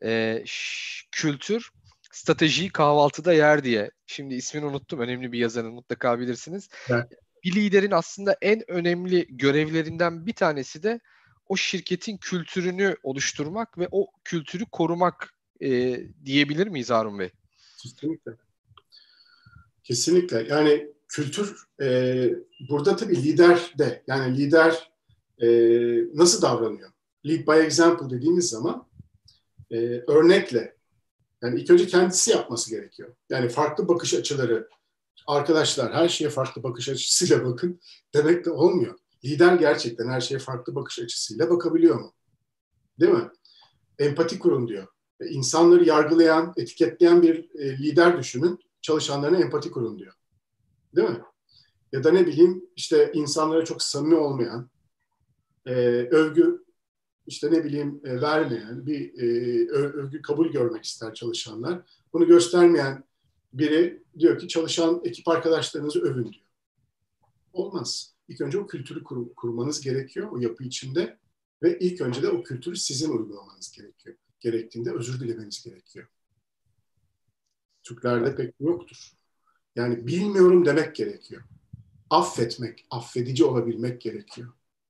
Kültür stratejiyi kahvaltıda yer diye. Şimdi ismini unuttum. Önemli bir yazarın mutlaka bilirsiniz. Evet. Bir liderin aslında en önemli görevlerinden bir tanesi de o şirketin kültürünü oluşturmak ve o kültürü korumak diyebilir miyiz Harun Bey? Kesinlikle. Kesinlikle. Yani kültür burada tabii lider de, yani lider nasıl davranıyor? Lead by example dediğimiz zaman örnekle, yani ilk önce kendisi yapması gerekiyor. Yani farklı bakış açıları, arkadaşlar her şeye farklı bakış açısıyla bakın demek de olmuyor. Lider gerçekten her şeye farklı bakış açısıyla bakabiliyor mu? Değil mi? Empati kurun diyor. İnsanları yargılayan, etiketleyen bir lider düşünün. Çalışanlarına empati kurun diyor. Değil mi? Ya da ne bileyim işte insanlara çok samimi olmayan, övgü işte ne bileyim vermeyen, bir övgü kabul görmek ister çalışanlar. Bunu göstermeyen biri diyor ki çalışan ekip arkadaşlarınızı övün diyor. Olmaz. İlk önce o kültürü kurmanız gerekiyor o yapı içinde ve ilk önce de o kültürü sizin uygulamanız gerekiyor. Gerektiğinde özür dilemeniz gerekiyor. Türklerde pek yoktur. Yani bilmiyorum demek gerekiyor. Affetmek, affedici olabilmek gerekiyor.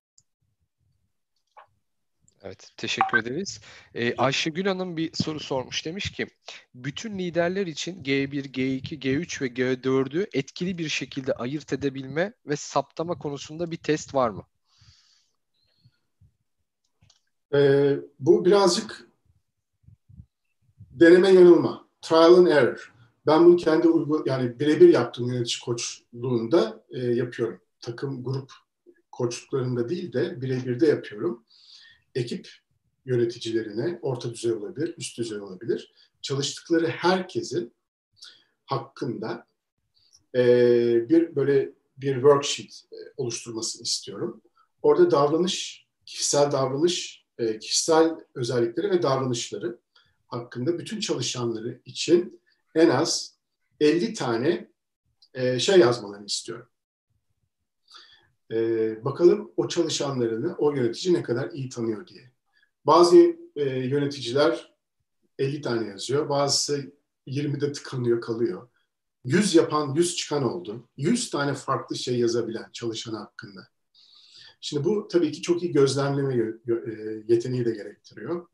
Evet, teşekkür ederiz. Ayşegül Hanım bir soru sormuş. Demiş ki, bütün liderler için G1, G2, G3 ve G4'ü etkili bir şekilde ayırt edebilme ve saptama konusunda bir test var mı? Bu birazcık deneme yanılma, trial and error. Ben bunu kendi yani birebir yaptığım yönetici koçluğunda yapıyorum. Takım, grup koçluklarında değil de birebir de yapıyorum. Ekip yöneticilerine, orta düzey olabilir, üst düzey olabilir, çalıştıkları herkesin hakkında bir worksheet oluşturmasını istiyorum. Orada davranış, kişisel davranış, kişisel özellikleri ve davranışları hakkında bütün çalışanları için en az 50 tane şey yazmalarını istiyorum. Bakalım o çalışanlarını o yönetici ne kadar iyi tanıyor diye. Bazı yöneticiler 50 tane yazıyor, bazısı 20'de tıkanıyor kalıyor. 100 yapan 100 çıkan oldu. 100 tane farklı şey yazabilen çalışan hakkında. Şimdi bu tabii ki çok iyi gözlemleme yeteneği de gerektiriyor.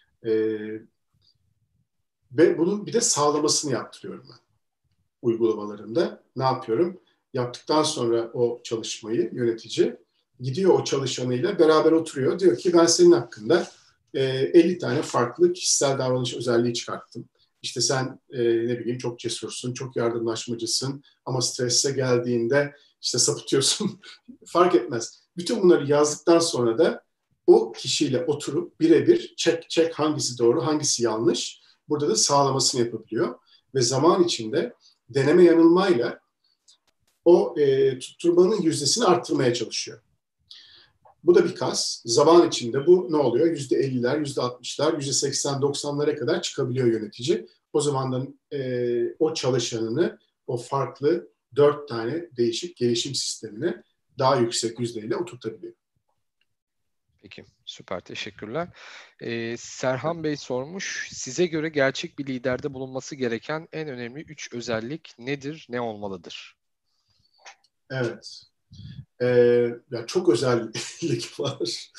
Ve bunun bir de sağlamasını yaptırıyorum ben uygulamalarımda. Ne yapıyorum? Yaptıktan sonra o çalışmayı yönetici gidiyor o çalışanıyla beraber oturuyor. Diyor ki ben senin hakkında 50 tane farklı kişisel davranış özelliği çıkarttım. İşte sen ne bileyim çok cesursun, çok yardımlaşmacısın ama strese geldiğinde işte sapıtıyorsun. Fark etmez. Bütün bunları yazdıktan sonra da o kişiyle oturup birebir check hangisi doğru, hangisi yanlış. Burada da sağlamasını yapabiliyor. Ve zaman içinde deneme yanılmayla o tutturmanın yüzdesini arttırmaya çalışıyor. Bu da bir kas. Zaman içinde bu ne oluyor? %50'ler, %60'lar, %80-90'lara kadar çıkabiliyor yönetici. O zaman da o çalışanını o farklı 4 tane değişik gelişim sistemine daha yüksek yüzdeyle oturtabiliyor. Peki, süper teşekkürler. Serhan Bey sormuş, size göre gerçek bir liderde bulunması gereken en önemli 3 özellik nedir, ne olmalıdır? Evet. Ya çok özellik var.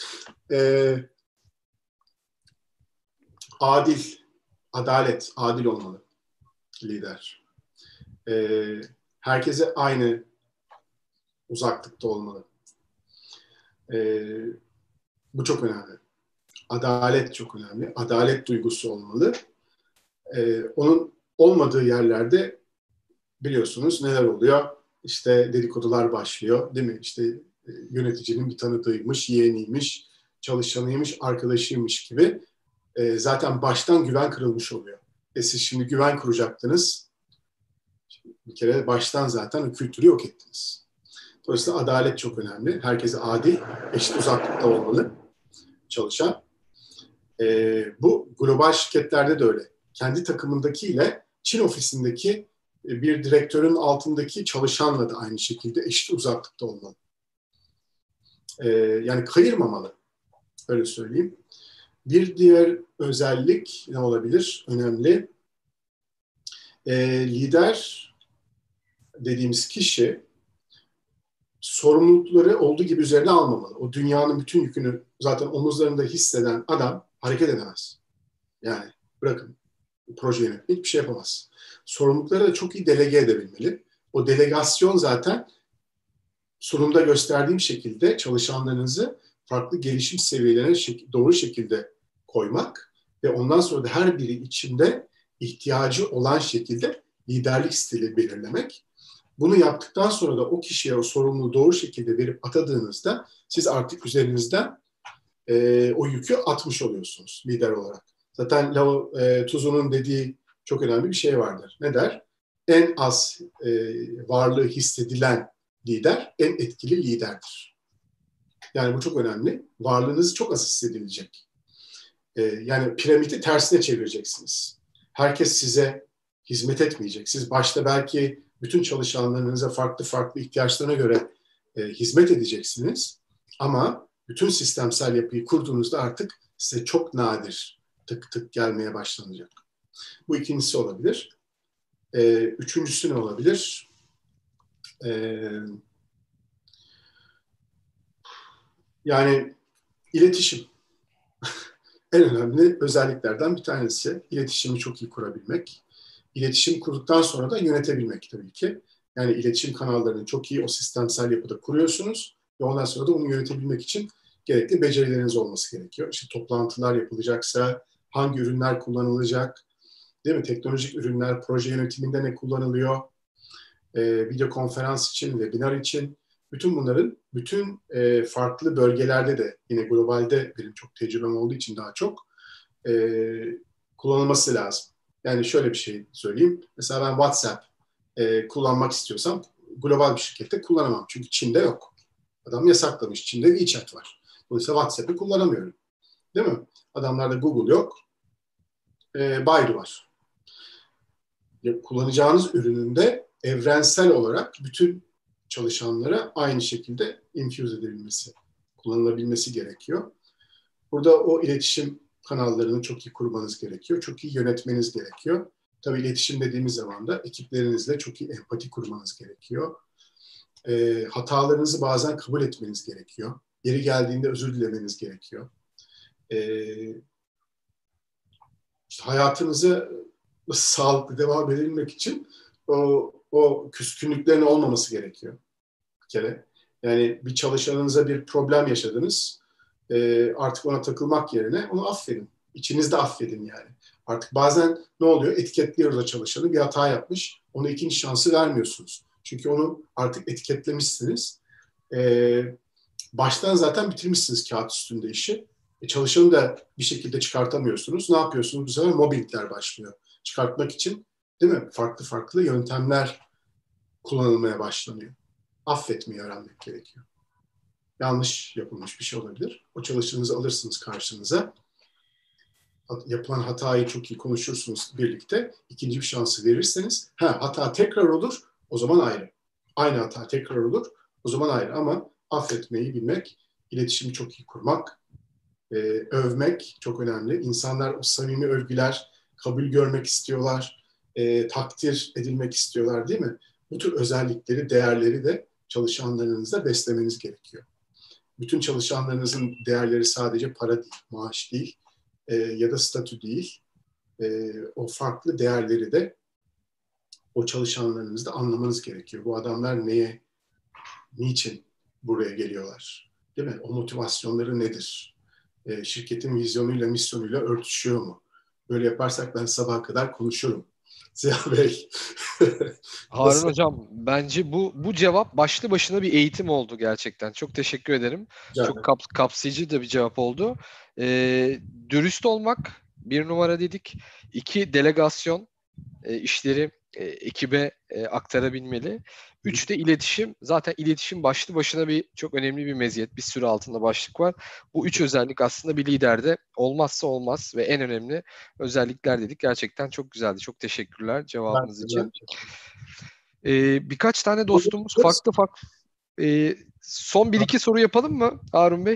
Adil, adil olmalı lider. Herkese aynı uzaklıkta olmalı. Bu çok önemli. Adalet çok önemli. Adalet duygusu olmalı. Onun olmadığı yerlerde biliyorsunuz neler oluyor? İşte dedikodular başlıyor, değil mi? İşte yöneticinin bir tanıdığıymış, yeğeniymiş, çalışanıymış, arkadaşıymış gibi. Zaten baştan güven kırılmış oluyor. Siz şimdi güven kuracaktınız. Bir kere baştan zaten o kültürü yok ettiniz. Dolayısıyla adalet çok önemli. Herkese adil, eşit uzaklıkta olmalı çalışan. Bu global şirketlerde de öyle. Kendi takımındakiyle Çin ofisindeki bir direktörün altındaki çalışanla da aynı şekilde eşit uzaklıkta olmalı. Yani kayırmamalı. Öyle söyleyeyim. Bir diğer özellik ne olabilir? Önemli. Lider dediğimiz kişi sorumlulukları olduğu gibi üzerine almamalı. O dünyanın bütün yükünü zaten omuzlarında hisseden adam hareket edemez. Yani bırakın proje yönetmek hiçbir şey yapamaz. Sorumlulukları da çok iyi delege edebilmeli. O delegasyon zaten sunumda gösterdiğim şekilde çalışanlarınızı farklı gelişim seviyelerine doğru şekilde koymak ve ondan sonra da her biri içinde ihtiyacı olan şekilde liderlik stili belirlemek. Bunu yaptıktan sonra da o kişiye o sorumluluğu doğru şekilde verip atadığınızda siz artık üzerinizden o yükü atmış oluyorsunuz lider olarak. Zaten Lao Tzu'nun dediği çok önemli bir şey vardır. Ne der? En az varlığı hissedilen lider en etkili liderdir. Yani bu çok önemli. Varlığınız çok az hissedilecek. Yani piramidi tersine çevireceksiniz. Herkes size hizmet etmeyecek. Siz başta belki bütün çalışanlarınıza farklı farklı ihtiyaçlarına göre hizmet edeceksiniz. Ama bütün sistemsel yapıyı kurduğunuzda artık size çok nadir tık tık gelmeye başlanacak. Bu ikincisi olabilir. Üçüncüsü ne olabilir? Yani iletişim. En önemli özelliklerden bir tanesi. İletişimi çok iyi kurabilmek. İletişim kurduktan sonra da yönetebilmek tabii ki. Yani iletişim kanallarını çok iyi o sistemsel yapıda kuruyorsunuz ve ondan sonra da onu yönetebilmek için gerekli becerileriniz olması gerekiyor. İşte toplantılar yapılacaksa hangi ürünler kullanılacak, değil mi? Teknolojik ürünler, proje yönetiminde ne kullanılıyor, video konferans için, webinar için, bütün bunların bütün farklı bölgelerde de yine globalde benim çok tecrübem olduğu için daha çok kullanılması lazım. Yani şöyle bir şey söyleyeyim. Mesela ben WhatsApp kullanmak istiyorsam global bir şirkette kullanamam. Çünkü Çin'de yok. Adam yasaklamış. Çin'de WeChat var. Dolayısıyla WhatsApp'ı kullanamıyorum. Değil mi? Adamlarda Google yok. Baidu var. Kullanacağınız ürününde evrensel olarak bütün çalışanlara aynı şekilde infuse edilmesi, kullanılabilmesi gerekiyor. Burada o iletişim kanallarını çok iyi kurmanız gerekiyor. Çok iyi yönetmeniz gerekiyor. Tabii iletişim dediğimiz zaman da ekiplerinizle çok iyi empati kurmanız gerekiyor. Hatalarınızı bazen kabul etmeniz gerekiyor. Yeri geldiğinde özür dilemeniz gerekiyor. İşte hayatınızı sağlıklı devam edebilmek için o küskünlüklerin olmaması gerekiyor bir kere. Yani bir çalışanınıza bir problem yaşadınız. Artık ona takılmak yerine onu affedin. İçinizde affedin yani. Artık bazen ne oluyor? Etiketliyoruz da çalışanı. Bir hata yapmış. Ona ikinci şansı vermiyorsunuz. Çünkü onu artık etiketlemişsiniz. Baştan zaten bitirmişsiniz kağıt üstünde işi. Çalışanı da bir şekilde çıkartamıyorsunuz. Ne yapıyorsunuz? Bu sefer mobbingler başlıyor. Çıkartmak için, değil mi? Farklı farklı yöntemler kullanılmaya başlanıyor. Affetmeyi öğrenmek gerekiyor. Yanlış yapılmış bir şey olabilir. O çalışanınızı alırsınız karşınıza. Yapılan hatayı çok iyi konuşursunuz birlikte. İkinci bir şansı verirseniz, hata tekrar olur, o zaman ayrı. Aynı hata tekrar olur, o zaman ayrı. Ama affetmeyi bilmek, iletişimi çok iyi kurmak, övmek çok önemli. İnsanlar o samimi övgüler, kabul görmek istiyorlar, takdir edilmek istiyorlar, değil mi? Bu tür özellikleri, değerleri de çalışanlarınızda beslemeniz gerekiyor. Bütün çalışanlarınızın değerleri sadece para değil, maaş değil ya da statü değil. O farklı değerleri de o çalışanlarınızda anlamanız gerekiyor. Bu adamlar neye, niçin buraya geliyorlar? Değil mi? O motivasyonları nedir? Şirketin vizyonuyla, misyonuyla örtüşüyor mu? Böyle yaparsak ben sabaha kadar konuşurum. Ziya Bey. Harun Hocam, bence bu cevap başlı başına bir eğitim oldu gerçekten. Çok teşekkür ederim. Çok kapsayıcı da bir cevap oldu. Dürüst olmak bir numara dedik. 2, delegasyon, işleri ekibe aktarabilmeli. 3 de iletişim. Zaten iletişim başlı başına çok önemli bir meziyet. Bir sürü altında başlık var. Bu 3 özellik aslında bir liderde olmazsa olmaz ve en önemli özellikler dedik. Gerçekten çok güzeldi. Çok teşekkürler cevabınız için. Birkaç tane dostumuz farklı son 1-2 soru yapalım mı Harun Bey?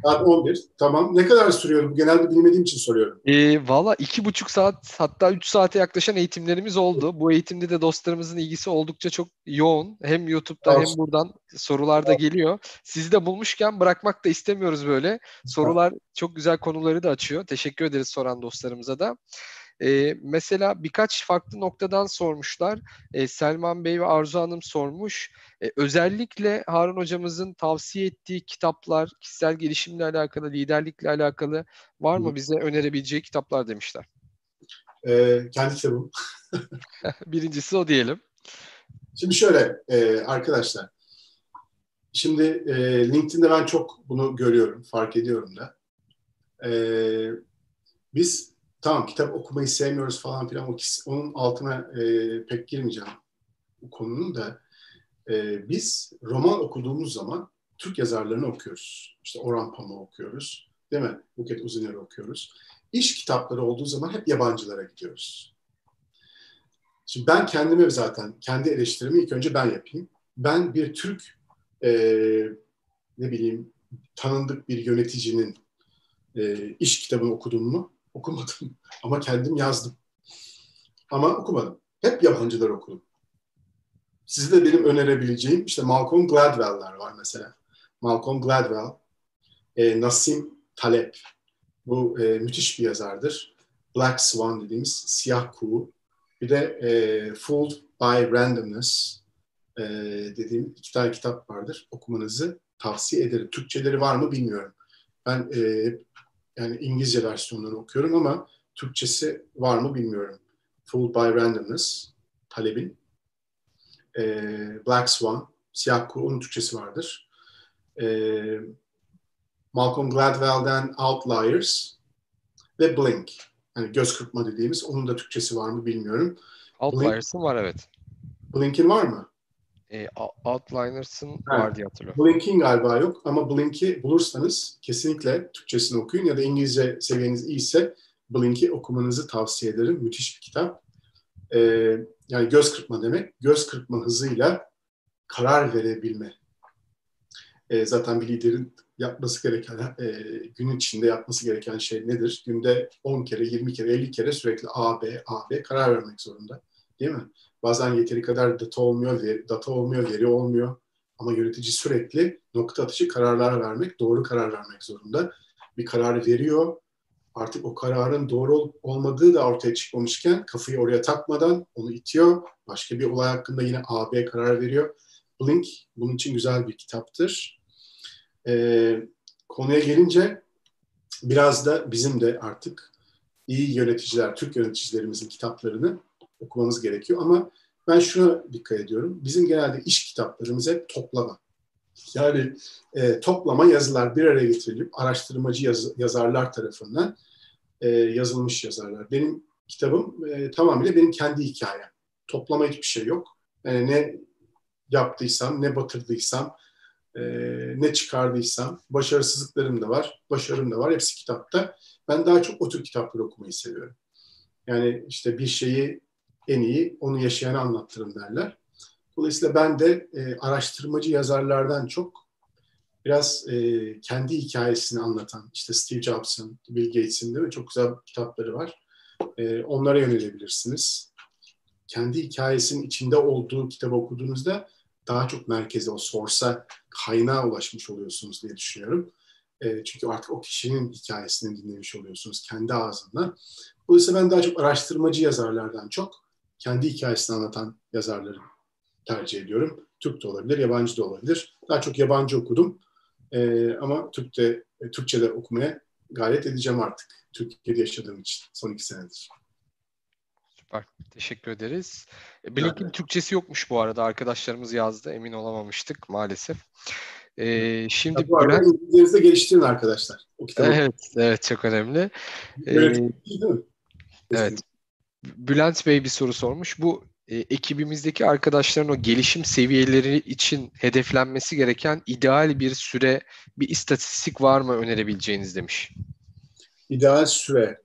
Saat 11. Tamam. Ne kadar sürüyor bu? Genelde bilmediğim için soruyorum. Valla 2,5 saat hatta 3 saate yaklaşan eğitimlerimiz oldu. Bu eğitimde de dostlarımızın ilgisi oldukça çok yoğun. Hem YouTube'da Sağ hem olsun. buradan sorular da geliyor. Sizi de bulmuşken bırakmak da istemiyoruz böyle. Sorular çok güzel konuları da açıyor. Teşekkür ederiz soran dostlarımıza da. Mesela birkaç farklı noktadan sormuşlar. Selman Bey ve Arzu Hanım sormuş. Özellikle Harun hocamızın tavsiye ettiği kitaplar, kişisel gelişimle alakalı, liderlikle alakalı var mı bize önerebileceği kitaplar demişler. Kendi kitabım. Birincisi o diyelim. Şimdi şöyle arkadaşlar. Şimdi LinkedIn'de ben çok bunu görüyorum, fark ediyorum da. E, Biz tamam kitap okumayı sevmiyoruz falan filan. Onun altına pek girmeyeceğim bu konunun da. Biz roman okuduğumuz zaman Türk yazarlarını okuyoruz. İşte Orhan Pamuk'u okuyoruz. Değil mi? Buket Uzuner'i okuyoruz. İş kitapları olduğu zaman hep yabancılara gidiyoruz. Şimdi ben kendime zaten kendi eleştirimi ilk önce ben yapayım. Ben bir Türk e, ne bileyim tanındık bir yöneticinin iş kitabını okudum mu? Okumadım. Ama kendim yazdım. Ama okumadım. Hep yabancılar okudum. Size de benim önerebileceğim işte Malcolm Gladwell'ler var mesela. Malcolm Gladwell, Nassim Taleb. Bu müthiş bir yazardır. Black Swan dediğimiz siyah kuğu. Bir de Fooled by Randomness dediğim 2 tane kitap vardır. Okumanızı tavsiye ederim. Türkçeleri var mı bilmiyorum. Ben yani İngilizce versiyonlarını okuyorum ama Türkçesi var mı bilmiyorum. Fooled by Randomness, Taleb'in. Black Swan, Siyah Kuğu, onun Türkçesi vardır. Malcolm Gladwell'den Outliers ve Blink. Yani göz kırpma dediğimiz, onun da Türkçesi var mı bilmiyorum. Outliers'ın var evet. Blink'in var mı? Outliners'ın Evet. var diye hatırlıyorum. Blink'in galiba yok ama Blink'i bulursanız kesinlikle Türkçesini okuyun ya da İngilizce seviyeniz iyiyse Blink'i okumanızı tavsiye ederim. Müthiş bir kitap. Yani göz kırpma demek. Göz kırpma hızıyla karar verebilme. Zaten bir liderin yapması gereken, gün içinde yapması gereken şey nedir? Günde 10 kere, 20 kere, 50 kere sürekli A, B, A, B karar vermek zorunda. Değil mi? Bazen yeteri kadar data olmuyor, veri olmuyor. Ama yönetici sürekli nokta atışı kararlar vermek, doğru karar vermek zorunda. Bir karar veriyor, artık o kararın doğru olmadığı da ortaya çıkmamışken kafayı oraya takmadan onu itiyor. Başka bir olay hakkında yine A, B karar veriyor. Blink bunun için güzel bir kitaptır. Konuya gelince biraz da bizim de artık iyi yöneticiler, Türk yöneticilerimizin kitaplarını okumamız gerekiyor. Ama ben şuna dikkat ediyorum. Bizim genelde iş kitaplarımız hep toplama. Yani toplama yazılar bir araya getirilip araştırmacı yazarlar tarafından yazılmış yazarlar. Benim kitabım tamamıyla benim kendi hikayem. Toplama hiçbir şey yok. Yani ne yaptıysam, ne batırdıysam, ne çıkardıysam, başarısızlıklarım da var, başarım da var. Hepsi kitapta. Ben daha çok o tür kitapları okumayı seviyorum. Yani işte bir şeyi en iyi onu yaşayanı anlattırın derler. Dolayısıyla ben de araştırmacı yazarlardan çok biraz kendi hikayesini anlatan, işte Steve Jobs'ın, Bill Gates'in de çok güzel kitapları var. Onlara yönelebilirsiniz. Kendi hikayesinin içinde olduğu kitabı okuduğunuzda daha çok merkeze, o source'a, kaynağa ulaşmış oluyorsunuz diye düşünüyorum. Çünkü artık o kişinin hikayesini dinlemiş oluyorsunuz kendi ağzından. Dolayısıyla ben daha çok araştırmacı yazarlardan çok kendi hikayesini anlatan yazarları tercih ediyorum. Türk de olabilir, yabancı da olabilir. Daha çok yabancı okudum. Ama Türkçe'de okumaya gayret edeceğim artık. Türkiye'de yaşadığım için son 2 senedir. Süper. Teşekkür ederiz. Blink'in Yani, Türkçesi yokmuş bu arada. Arkadaşlarımız yazdı. Emin olamamıştık maalesef. ya Şimdi bu arada Bülent, İngilizcenizi de geliştirin arkadaşlar. O kitabı evet, evet çok önemli. Ee, yönetici değil mi? evet, Bülent Bey bir soru sormuş. Bu ekibimizdeki arkadaşların o gelişim seviyeleri için hedeflenmesi gereken ideal bir süre, bir istatistik var mı önerebileceğiniz demiş. İdeal süre.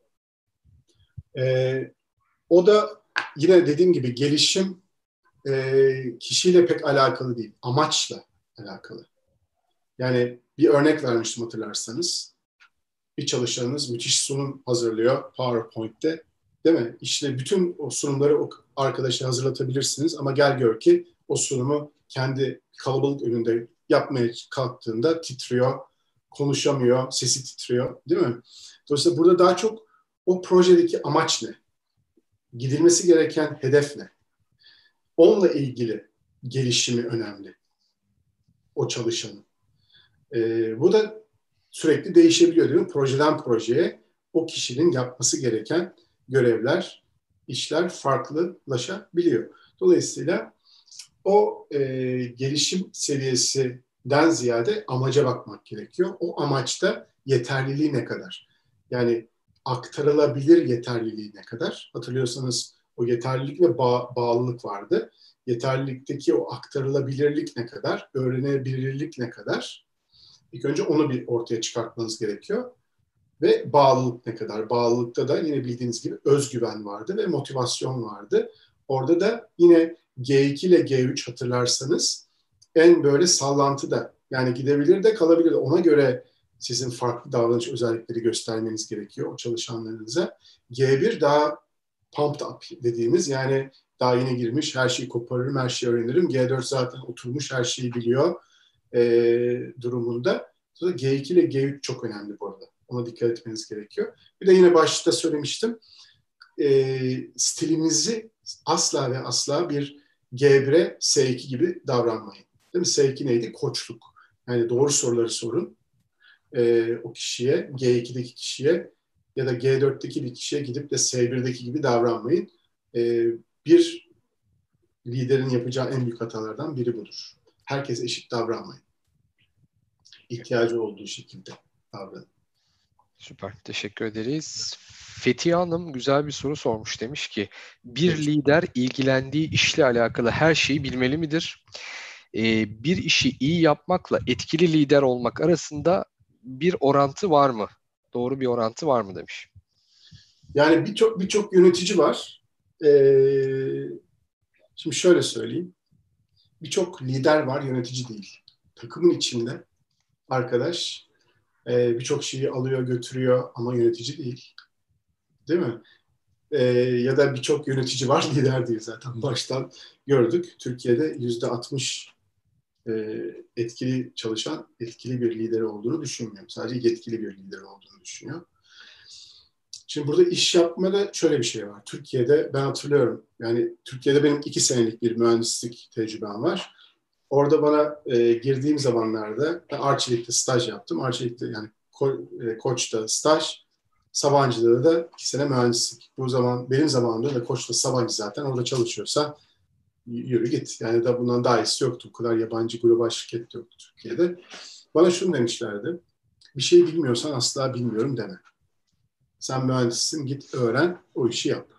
O da yine dediğim gibi gelişim kişiyle pek alakalı değil. Amaçla alakalı. Yani Bir örnek vermiştim hatırlarsanız. Bir çalışanınız müthiş sunum hazırlıyor PowerPoint'te. Değil mi? İşte bütün o sunumları o arkadaşa hazırlatabilirsiniz ama gel gör ki o sunumu kendi kalabalık önünde yapmaya kalktığında titriyor, konuşamıyor, sesi titriyor. Değil mi? Dolayısıyla burada daha çok o projedeki amaç ne? Gidilmesi gereken hedef ne? Onunla ilgili gelişimi önemli. O çalışanın. Bu da sürekli değişebiliyor değil mi? Projeden projeye o kişinin yapması gereken görevler, işler farklılaşabiliyor. Dolayısıyla o gelişim seviyesinden ziyade amaca bakmak gerekiyor. O amaçta yeterliliği ne kadar? Yani aktarılabilir yeterliliği ne kadar? Hatırlıyorsanız o yeterlilik ve bağlılık vardı. Yeterlilikteki o aktarılabilirlik ne kadar? Öğrenebilirlik ne kadar? İlk önce onu bir ortaya çıkartmanız gerekiyor. Ve bağlılık ne kadar? Bağlılıkta da yine bildiğiniz gibi özgüven vardı ve motivasyon vardı. Orada da yine G2 ile G3 hatırlarsanız en böyle sallantıda, yani gidebilir de kalabilir de, ona göre sizin farklı davranış özellikleri göstermeniz gerekiyor o çalışanlarınıza. G1 daha pumped up dediğimiz, yani daha yeni girmiş, her şeyi koparırım, her şeyi öğrenirim. G4 zaten oturmuş, her şeyi biliyor durumunda. G2 ile G3 çok önemli bu arada. Ona dikkat etmeniz gerekiyor. Bir de yine başta söylemiştim. Stilinizi asla ve asla bir G1'e S2 gibi davranmayın. Değil mi? S2 neydi? Koçluk. Yani doğru soruları sorun. O kişiye, G2'deki kişiye ya da G4'teki bir kişiye gidip de S1'deki gibi davranmayın. Bir liderin yapacağı en büyük hatalardan biri budur. Herkese eşit davranmayın. İhtiyacı olduğu şekilde davranın. Süper, teşekkür ederiz. Fethiye Hanım güzel bir soru sormuş. Demiş ki, bir lider ilgilendiği işle alakalı her şeyi bilmeli midir? Bir işi iyi yapmakla etkili lider olmak arasında bir orantı var mı? Doğru bir orantı var mı demiş. Yani birçok yönetici var. Şimdi şöyle söyleyeyim. Birçok lider var, yönetici değil. Takımın içinde arkadaş birçok şeyi alıyor, götürüyor ama yönetici değil. Değil mi? Ya da birçok yönetici var, lider değil zaten. Baştan gördük. Türkiye'de %60 etkili çalışan, etkili bir lider olduğunu düşünmüyorum. Sadece yetkili bir lider olduğunu düşünüyor. Şimdi burada iş yapmada şöyle bir şey var. Türkiye'de ben hatırlıyorum. Yani Türkiye'de benim 2 senelik bir mühendislik tecrübem var. Orada bana girdiğim zamanlarda ben Arçelik'te staj yaptım. Arçelik'te yani Koç'ta staj, Sabancı'da da 2 sene mühendislik. Bu zaman benim zamanımda da Koç'ta Sabancı zaten orada çalışıyorsa yürü git. Yani da bundan daha iyisi yoktu. Bu kadar yabancı global şirket yoktu Türkiye'de. Bana şunu demişlerdi. Bir şey bilmiyorsan asla bilmiyorum deme. Sen mühendissin, git öğren, o işi yap.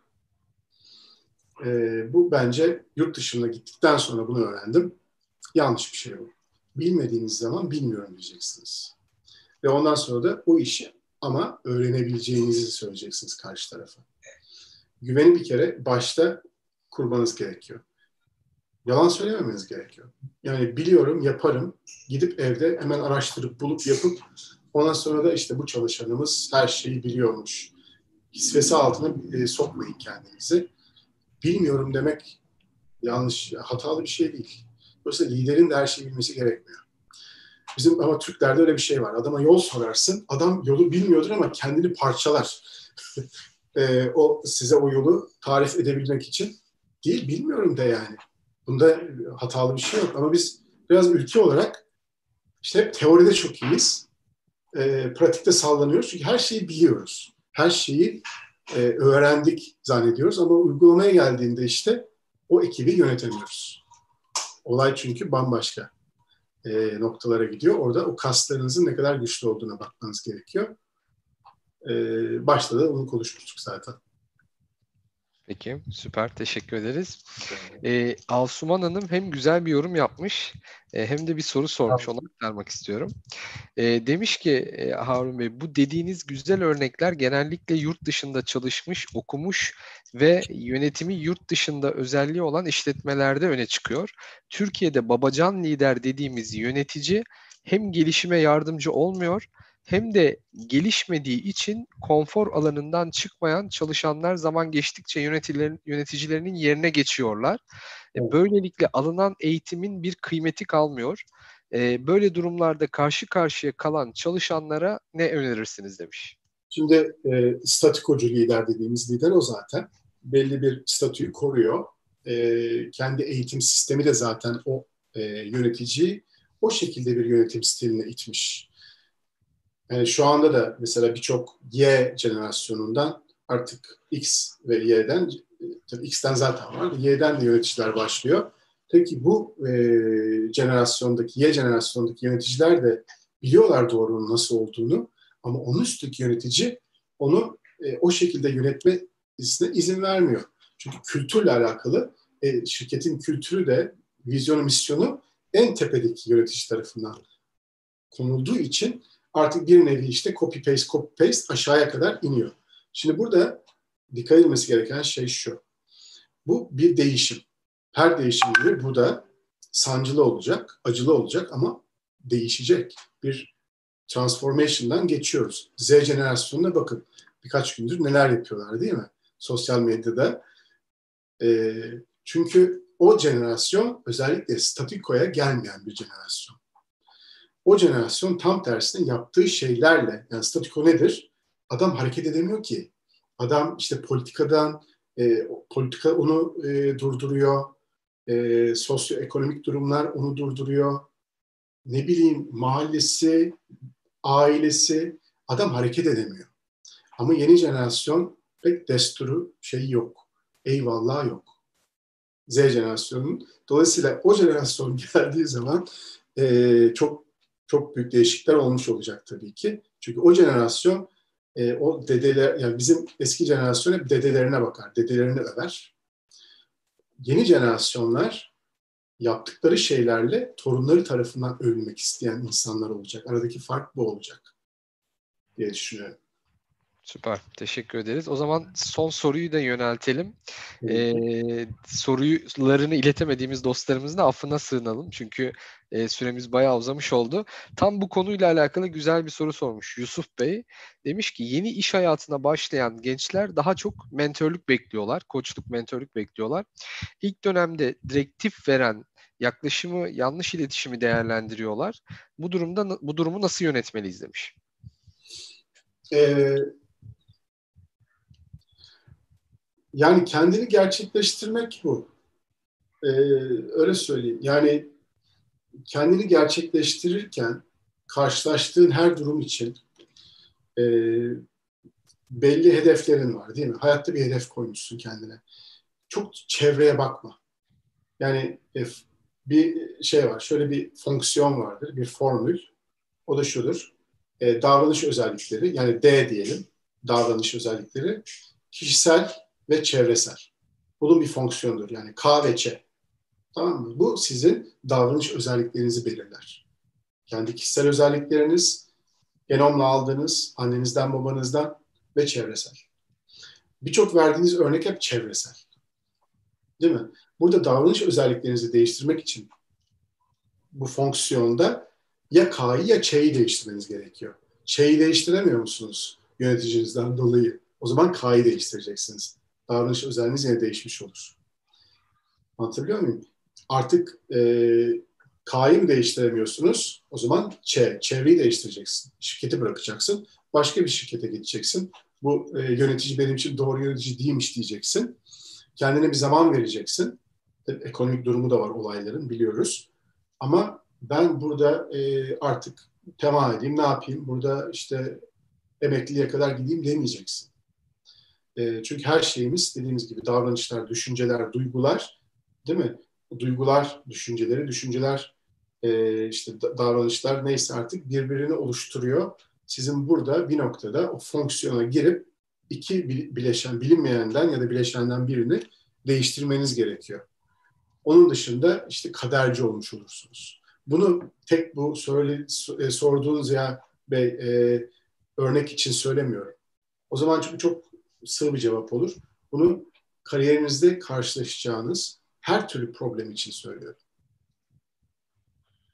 Bu bence yurt dışına gittikten sonra bunu öğrendim. Yanlış bir şey bu. Bilmediğiniz zaman bilmiyorum diyeceksiniz. Ve ondan sonra da o işi ama öğrenebileceğinizi söyleyeceksiniz karşı tarafa. Güveni bir kere başta kurmanız gerekiyor. Yalan söylememeniz gerekiyor. Yani biliyorum, yaparım. Gidip evde hemen araştırıp bulup yapıp ondan sonra da işte bu çalışanımız her şeyi biliyormuş kisvesi altına sokmayın kendinizi. Bilmiyorum demek yanlış, hatalı bir şey değil. Dolayısıyla liderin de her şeyi bilmesi gerekmiyor. Bizim ama Türklerde öyle bir şey var. Adama yol sorarsın, adam yolu bilmiyordur ama kendini parçalar. O size o yolu tarif edebilmek için değil, bilmiyorum de yani. Bunda hatalı bir şey yok. Ama biz biraz ülke olarak işte hep teoride çok iyiyiz. Pratikte sallanıyoruz. Çünkü her şeyi biliyoruz. Her şeyi öğrendik zannediyoruz ama uygulamaya geldiğinde işte o ekibi yönetemiyoruz. Olay çünkü bambaşka noktalara gidiyor. Orada o kaslarınızın ne kadar güçlü olduğuna bakmanız gerekiyor. Başta da onu konuşmuştuk zaten. Peki, süper. Teşekkür ederiz. Asuman Hanım hem güzel bir yorum yapmış hem de bir soru sormuş. Ona aktarmak istiyorum. Demiş ki Harun Bey, bu dediğiniz güzel örnekler genellikle yurt dışında çalışmış, okumuş ve yönetimi yurt dışında özelliği olan işletmelerde öne çıkıyor. Türkiye'de babacan lider dediğimiz yönetici hem gelişime yardımcı olmuyor hem de gelişmediği için konfor alanından çıkmayan çalışanlar zaman geçtikçe yöneticilerinin yerine geçiyorlar. Evet. Böylelikle alınan eğitimin bir kıymeti kalmıyor. Böyle durumlarda karşı karşıya kalan çalışanlara ne önerirsiniz demiş. Şimdi statükocu lider dediğimiz lider o zaten. Belli bir statüyü koruyor. Kendi eğitim sistemi de zaten o yöneticiyi o şekilde bir yönetim stiline itmiş. Yani şu anda da mesela birçok Y jenerasyonundan artık X ve Y'den, tabii X'ten zaten var, Y'den de yöneticiler başlıyor. Peki bu jenerasyondaki, Y jenerasyondaki yöneticiler de biliyorlar doğrunun nasıl olduğunu, ama onun üstteki yönetici onu o şekilde yönetmesine izin vermiyor. Çünkü kültürle alakalı şirketin kültürü de, vizyonu, misyonu en tepedeki yönetici tarafından konulduğu için artık bir nevi işte copy paste aşağıya kadar iniyor. Şimdi burada dikkat edilmesi gereken şey şu. Bu bir değişim. Her değişim gibi bu da sancılı olacak, acılı olacak ama değişecek. Bir transformation'dan geçiyoruz. Z jenerasyonuna bakın. Birkaç gündür neler yapıyorlar değil mi? Sosyal medyada. Çünkü o jenerasyon özellikle statükoya gelmeyen bir jenerasyon. O jenerasyon tam tersine yaptığı şeylerle, yani statüko nedir? Adam hareket edemiyor ki. Adam işte politikadan, politika onu durduruyor, sosyoekonomik durumlar onu durduruyor. Ne bileyim mahallesi, ailesi, adam hareket edemiyor. Ama yeni jenerasyon pek desturu şeyi yok. Eyvallah yok. Z jenerasyonunun. Dolayısıyla o jenerasyon geldiği zaman çok çok büyük değişiklikler olmuş olacak tabii ki. Çünkü o jenerasyon o dedeler, yani bizim eski jenerasyon hep dedelerine bakar, dedelerini över. Yeni jenerasyonlar yaptıkları şeylerle torunları tarafından övülmek isteyen insanlar olacak. Aradaki fark bu olacak diye düşünüyorum. Süper. Teşekkür ederiz. O zaman son soruyu da yöneltelim. Evet. Sorularını iletemediğimiz dostlarımızın da affına sığınalım. Çünkü süremiz bayağı uzamış oldu. Tam bu konuyla alakalı güzel bir soru sormuş Yusuf Bey. Demiş ki yeni iş hayatına başlayan gençler daha çok mentörlük bekliyorlar. Koçluk, mentörlük bekliyorlar. İlk dönemde direktif veren yaklaşımı yanlış iletişimi değerlendiriyorlar. Bu durumu nasıl yönetmeliyiz demiş. Ee, Yani kendini gerçekleştirmek bu. Öyle söyleyeyim. Yani kendini gerçekleştirirken karşılaştığın her durum için e, belli hedeflerin var değil mi? Hayatta bir hedef koymuşsun kendine. Çok çevreye bakma. Yani bir şey var, şöyle bir fonksiyon vardır, bir formül. O da şudur. Davranış özellikleri, yani D diyelim, davranış özellikleri, kişisel ve çevresel. Bunun bir fonksiyonudur. Yani K ve Ç. Tamam mı? Bu sizin davranış özelliklerinizi belirler. Kendi kişisel özellikleriniz, genomla aldığınız annenizden, babanızdan ve çevresel. Birçok verdiğiniz örnek hep çevresel. Değil mi? Burada davranış özelliklerinizi değiştirmek için bu fonksiyonda ya K'yı ya Ç'yi değiştirmeniz gerekiyor. Ç'yi değiştiremiyor musunuz yöneticinizden dolayı? O zaman K'yı değiştireceksiniz. Davranış özelliğiniz yine değişmiş olur. Anlatabiliyor muyum? Artık K'yı mı değiştiremiyorsunuz? O zaman çevreyi değiştireceksin. Şirketi bırakacaksın. Başka bir şirkete gideceksin. Bu yönetici benim için doğru yönetici değilmiş diyeceksin. Kendine bir zaman vereceksin. Tabii ekonomik durumu da var olayların, biliyoruz. Ama ben burada artık temas edeyim, ne yapayım? Burada işte emekliliğe kadar gideyim demeyeceksin. Çünkü her şeyimiz dediğimiz gibi davranışlar, düşünceler, duygular, değil mi? Duygular, düşünceleri, düşünceler, işte davranışlar neyse artık birbirini oluşturuyor. Sizin burada bir noktada o fonksiyona girip iki bileşen, bilinmeyenden ya da bileşenden birini değiştirmeniz gerekiyor. Onun dışında işte kaderci olmuş olursunuz. Bunu tek bu sorduğunuz ya Bey örnek için söylemiyorum. O zaman çünkü çok sığ bir cevap olur. Bunu kariyerinizde karşılaşacağınız her türlü problem için söylüyorum.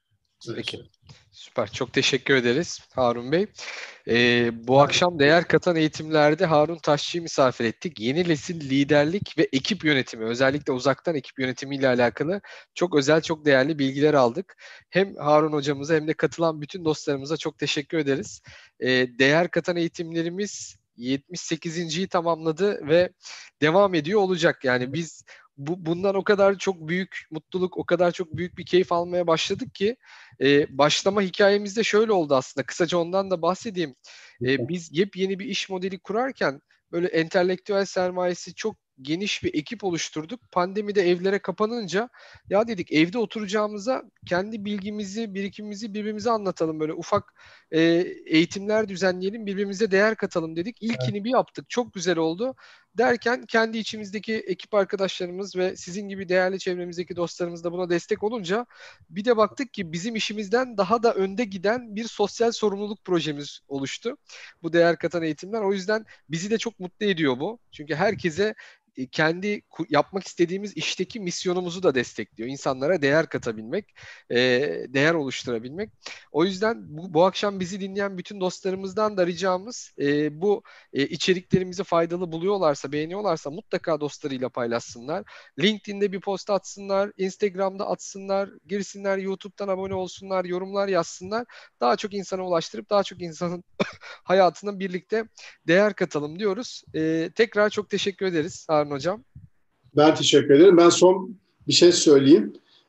Öyle Peki. söyleyeyim. Süper. Çok teşekkür ederiz Harun Bey. Bu akşam değer katan eğitimlerde Harun Taşçı'yı misafir ettik. Yeni nesil liderlik ve ekip yönetimi, özellikle uzaktan ekip yönetimiyle alakalı çok özel, çok değerli bilgiler aldık. Hem Harun hocamıza hem de katılan bütün dostlarımıza çok teşekkür ederiz. Değer katan eğitimlerimiz 78.yi tamamladı ve devam ediyor olacak. Yani biz bundan o kadar çok büyük mutluluk, o kadar çok büyük bir keyif almaya başladık ki başlama hikayemizde şöyle oldu aslında. Kısaca ondan da bahsedeyim. Biz yepyeni bir iş modeli kurarken böyle entelektüel sermayesi çok geniş bir ekip oluşturduk. Pandemide evlere kapanınca ya dedik evde oturacağımıza kendi bilgimizi, birikimimizi birbirimize anlatalım. Böyle ufak e, eğitimler düzenleyelim, birbirimize değer katalım dedik. İlkini bir yaptık. Çok güzel oldu. Derken kendi içimizdeki ekip arkadaşlarımız ve sizin gibi değerli çevremizdeki dostlarımız da buna destek olunca bir de baktık ki bizim işimizden daha da önde giden bir sosyal sorumluluk projemiz oluştu. Bu değer katan eğitimler. O yüzden bizi de çok mutlu ediyor bu. Çünkü herkese kendi yapmak istediğimiz işteki misyonumuzu da destekliyor. İnsanlara değer katabilmek, değer oluşturabilmek. O yüzden bu akşam bizi dinleyen bütün dostlarımızdan da ricamız bu içeriklerimizi faydalı buluyorlarsa, beğeniyorlarsa mutlaka dostlarıyla paylaşsınlar. LinkedIn'de bir post atsınlar, Instagram'da atsınlar, girsinler, YouTube'dan abone olsunlar, yorumlar yazsınlar. Daha çok insana ulaştırıp daha çok insanın hayatına birlikte değer katalım diyoruz. Tekrar çok teşekkür ederiz Harun Hocam. Ben teşekkür ederim. Ben son bir şey söyleyeyim.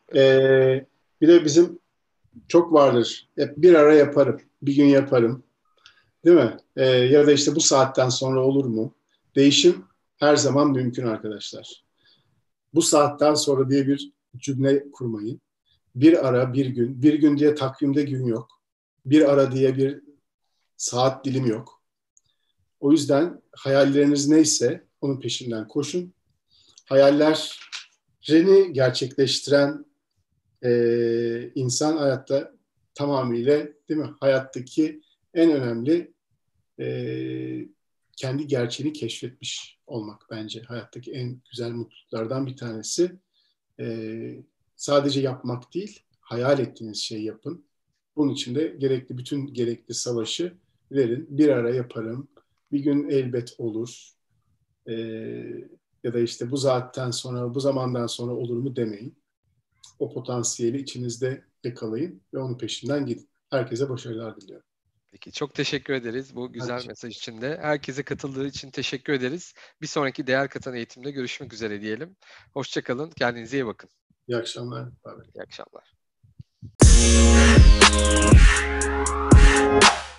Bir de bizim çok vardır. Hep bir ara yaparım, bir gün yaparım. Değil mi? Ya da işte bu saatten sonra olur mu? Değişim her zaman mümkün arkadaşlar. Bu saatten sonra diye bir cümle kurmayın. Bir ara, bir gün. Bir gün diye takvimde gün yok. Bir ara diye bir saat dilim yok. O yüzden hayalleriniz neyse onun peşinden koşun. Hayallerini gerçekleştiren insan hayatta tamamıyla, değil mi? Hayattaki en önemli kendi gerçeğini keşfetmiş olmak bence hayattaki en güzel mutluluklardan bir tanesi. Sadece yapmak değil, hayal ettiğiniz şeyi yapın. Bunun için de bütün gerekli savaşı verin. Bir ara yaparım, bir gün elbet olur. Ya da işte bu saatten sonra, bu zamandan sonra olur mu demeyin. O potansiyeli içinizde yakalayın ve onun peşinden gidin. Herkese başarılar diliyorum. Peki, çok teşekkür ederiz bu güzel mesaj için de. Herkese katıldığı için teşekkür ederiz. Bir sonraki değer katan eğitimde görüşmek üzere diyelim. Hoşça kalın, kendinize iyi bakın. İyi akşamlar. Bye bye. İyi akşamlar.